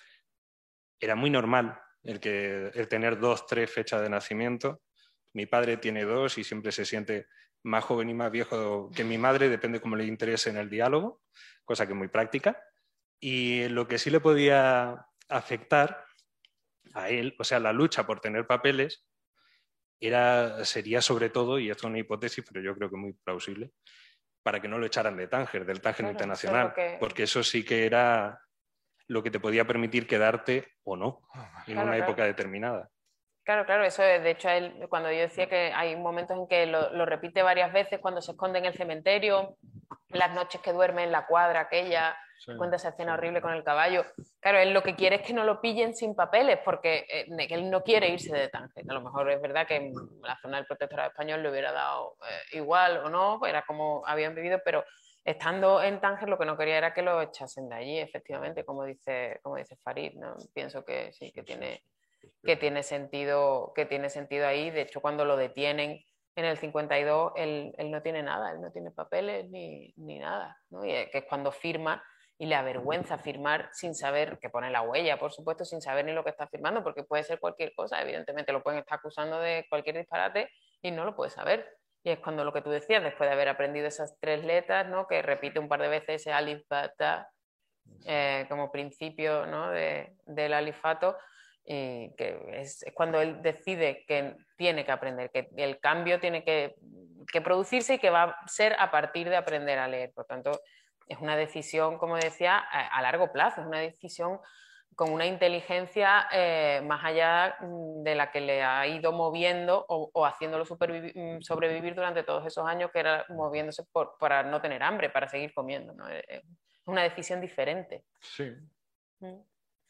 era muy normal el, que, el tener dos, tres fechas de nacimiento. Mi padre tiene dos y siempre se siente más joven y más viejo que mi madre, depende cómo le interese en el diálogo, cosa que es muy práctica. Y lo que sí le podía afectar a él, o sea, la lucha por tener papeles, era, sería sobre todo, y esto es una hipótesis, pero yo creo que muy plausible, para que no lo echaran de Tánger, del Tánger claro, Internacional, eso que... porque eso sí que era lo que te podía permitir quedarte o no en claro, una claro. época determinada. Claro, claro, eso es, de hecho, él, cuando yo decía que hay momentos en que lo, lo repite varias veces, cuando se esconde en el cementerio, las noches que duerme en la cuadra aquella, sí, cuenta esa escena sí. horrible con el caballo. Claro, él lo que quiere es que no lo pillen sin papeles, porque eh, él no quiere irse de Tánger. A lo mejor es verdad que en la zona del protectorado español le hubiera dado eh, igual o no, era como habían vivido, pero estando en Tánger lo que no quería era que lo echasen de allí, efectivamente, como dice, como dice Farid, ¿no? Pienso que sí, que tiene... que tiene sentido, que tiene sentido ahí. De hecho, cuando lo detienen en el cincuenta y dos, él, él no tiene nada, él no tiene papeles ni, ni nada, ¿no? Y es que es cuando firma y le avergüenza firmar sin saber, que pone la huella, por supuesto, sin saber ni lo que está firmando, porque puede ser cualquier cosa, evidentemente lo pueden estar acusando de cualquier disparate y no lo puede saber. Y es cuando lo que tú decías, después de haber aprendido esas tres letras, ¿no? Que repite un par de veces ese alif, ba, ta, eh, como principio, ¿no? de, del alifato, y que es, es cuando él decide que tiene que aprender, que el cambio tiene que, que producirse y que va a ser a partir de aprender a leer. Por tanto, es una decisión, como decía, a, a largo plazo, es una decisión con una inteligencia eh, más allá de la que le ha ido moviendo o, o haciéndolo sobrevivir durante todos esos años, que era moviéndose por, para no tener hambre, para seguir comiendo, ¿no? Es una decisión diferente. Sí. ¿Mm?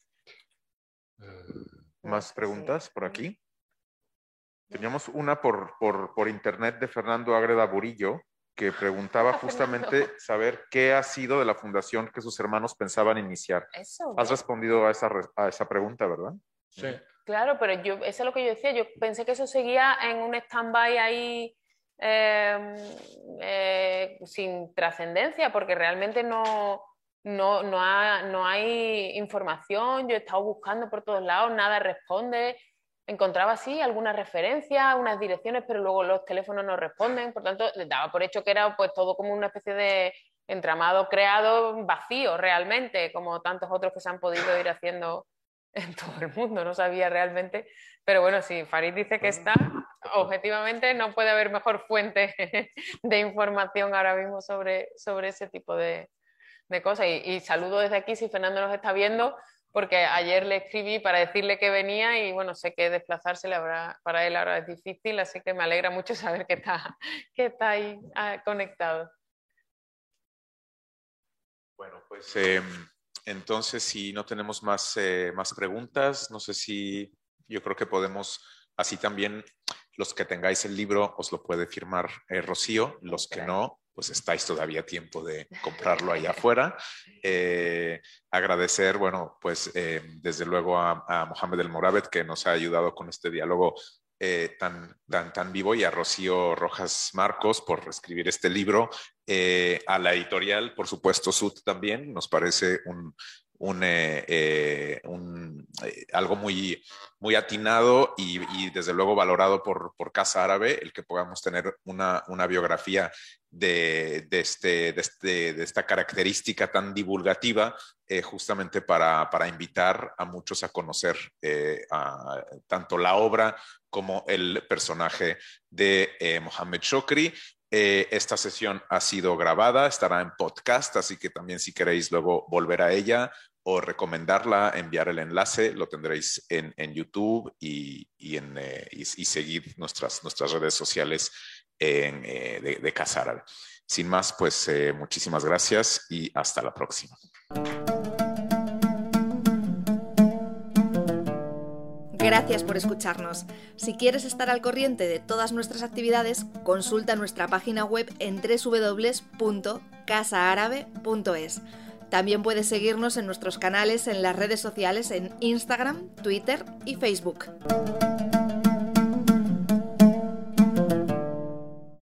¿Más preguntas por aquí? Teníamos una por, por, por internet de Fernando Ágreda Burillo, que preguntaba justamente saber qué ha sido de la fundación que sus hermanos pensaban iniciar. Eso, Has respondido a esa, a esa pregunta, ¿verdad? Sí. Claro, pero yo, eso es lo que yo decía, yo pensé que eso seguía en un stand-by ahí eh, eh, sin trascendencia, porque realmente no, no, no, ha, no hay información, yo he estado buscando por todos lados, nada responde. Encontraba sí algunas referencias, unas direcciones, pero luego los teléfonos no responden, por tanto, les daba por hecho que era pues todo como una especie de entramado creado vacío realmente, como tantos otros que se han podido ir haciendo en todo el mundo, no sabía realmente, pero bueno, si Farid dice que está, objetivamente no puede haber mejor fuente de información ahora mismo sobre, sobre ese tipo de, de cosas, y, y saludo desde aquí si Fernando nos está viendo, porque ayer le escribí para decirle que venía y bueno, sé que desplazarse le habrá, para él ahora es difícil, así que me alegra mucho saber que está, que está ahí ah, conectado. Bueno, pues eh, entonces si no tenemos más, eh, más preguntas, no sé si yo creo que podemos, así también los que tengáis el libro os lo puede firmar eh, Rocío, los que no, pues estáis todavía a tiempo de comprarlo allá afuera. Eh, agradecer, bueno, pues eh, desde luego a, a Mohamed El Morabet, que nos ha ayudado con este diálogo eh, tan, tan, tan vivo, y a Rocío Rojas Marcos por escribir este libro. Eh, a la editorial, por supuesto, Sud también, nos parece un... Un, eh, eh, un, eh, algo muy, muy atinado y, y desde luego valorado por, por Casa Árabe, el que podamos tener una, una biografía de, de, este, de, este, de esta característica tan divulgativa, eh, justamente para, para invitar a muchos a conocer eh, a, tanto la obra como el personaje de eh, Mohamed Shokri. Eh, esta sesión ha sido grabada, estará en podcast, así que también si queréis luego volver a ella o recomendarla, enviar el enlace, lo tendréis en, en YouTube y, y, en, eh, y, y seguir nuestras, nuestras redes sociales en, eh, de, de Casa Árabe. Sin más, pues eh, muchísimas gracias y hasta la próxima. Gracias por escucharnos. Si quieres estar al corriente de todas nuestras actividades, consulta nuestra página web en doble u doble u doble u punto casa árabe punto es. También puedes seguirnos en nuestros canales en las redes sociales en Instagram, Twitter y Facebook.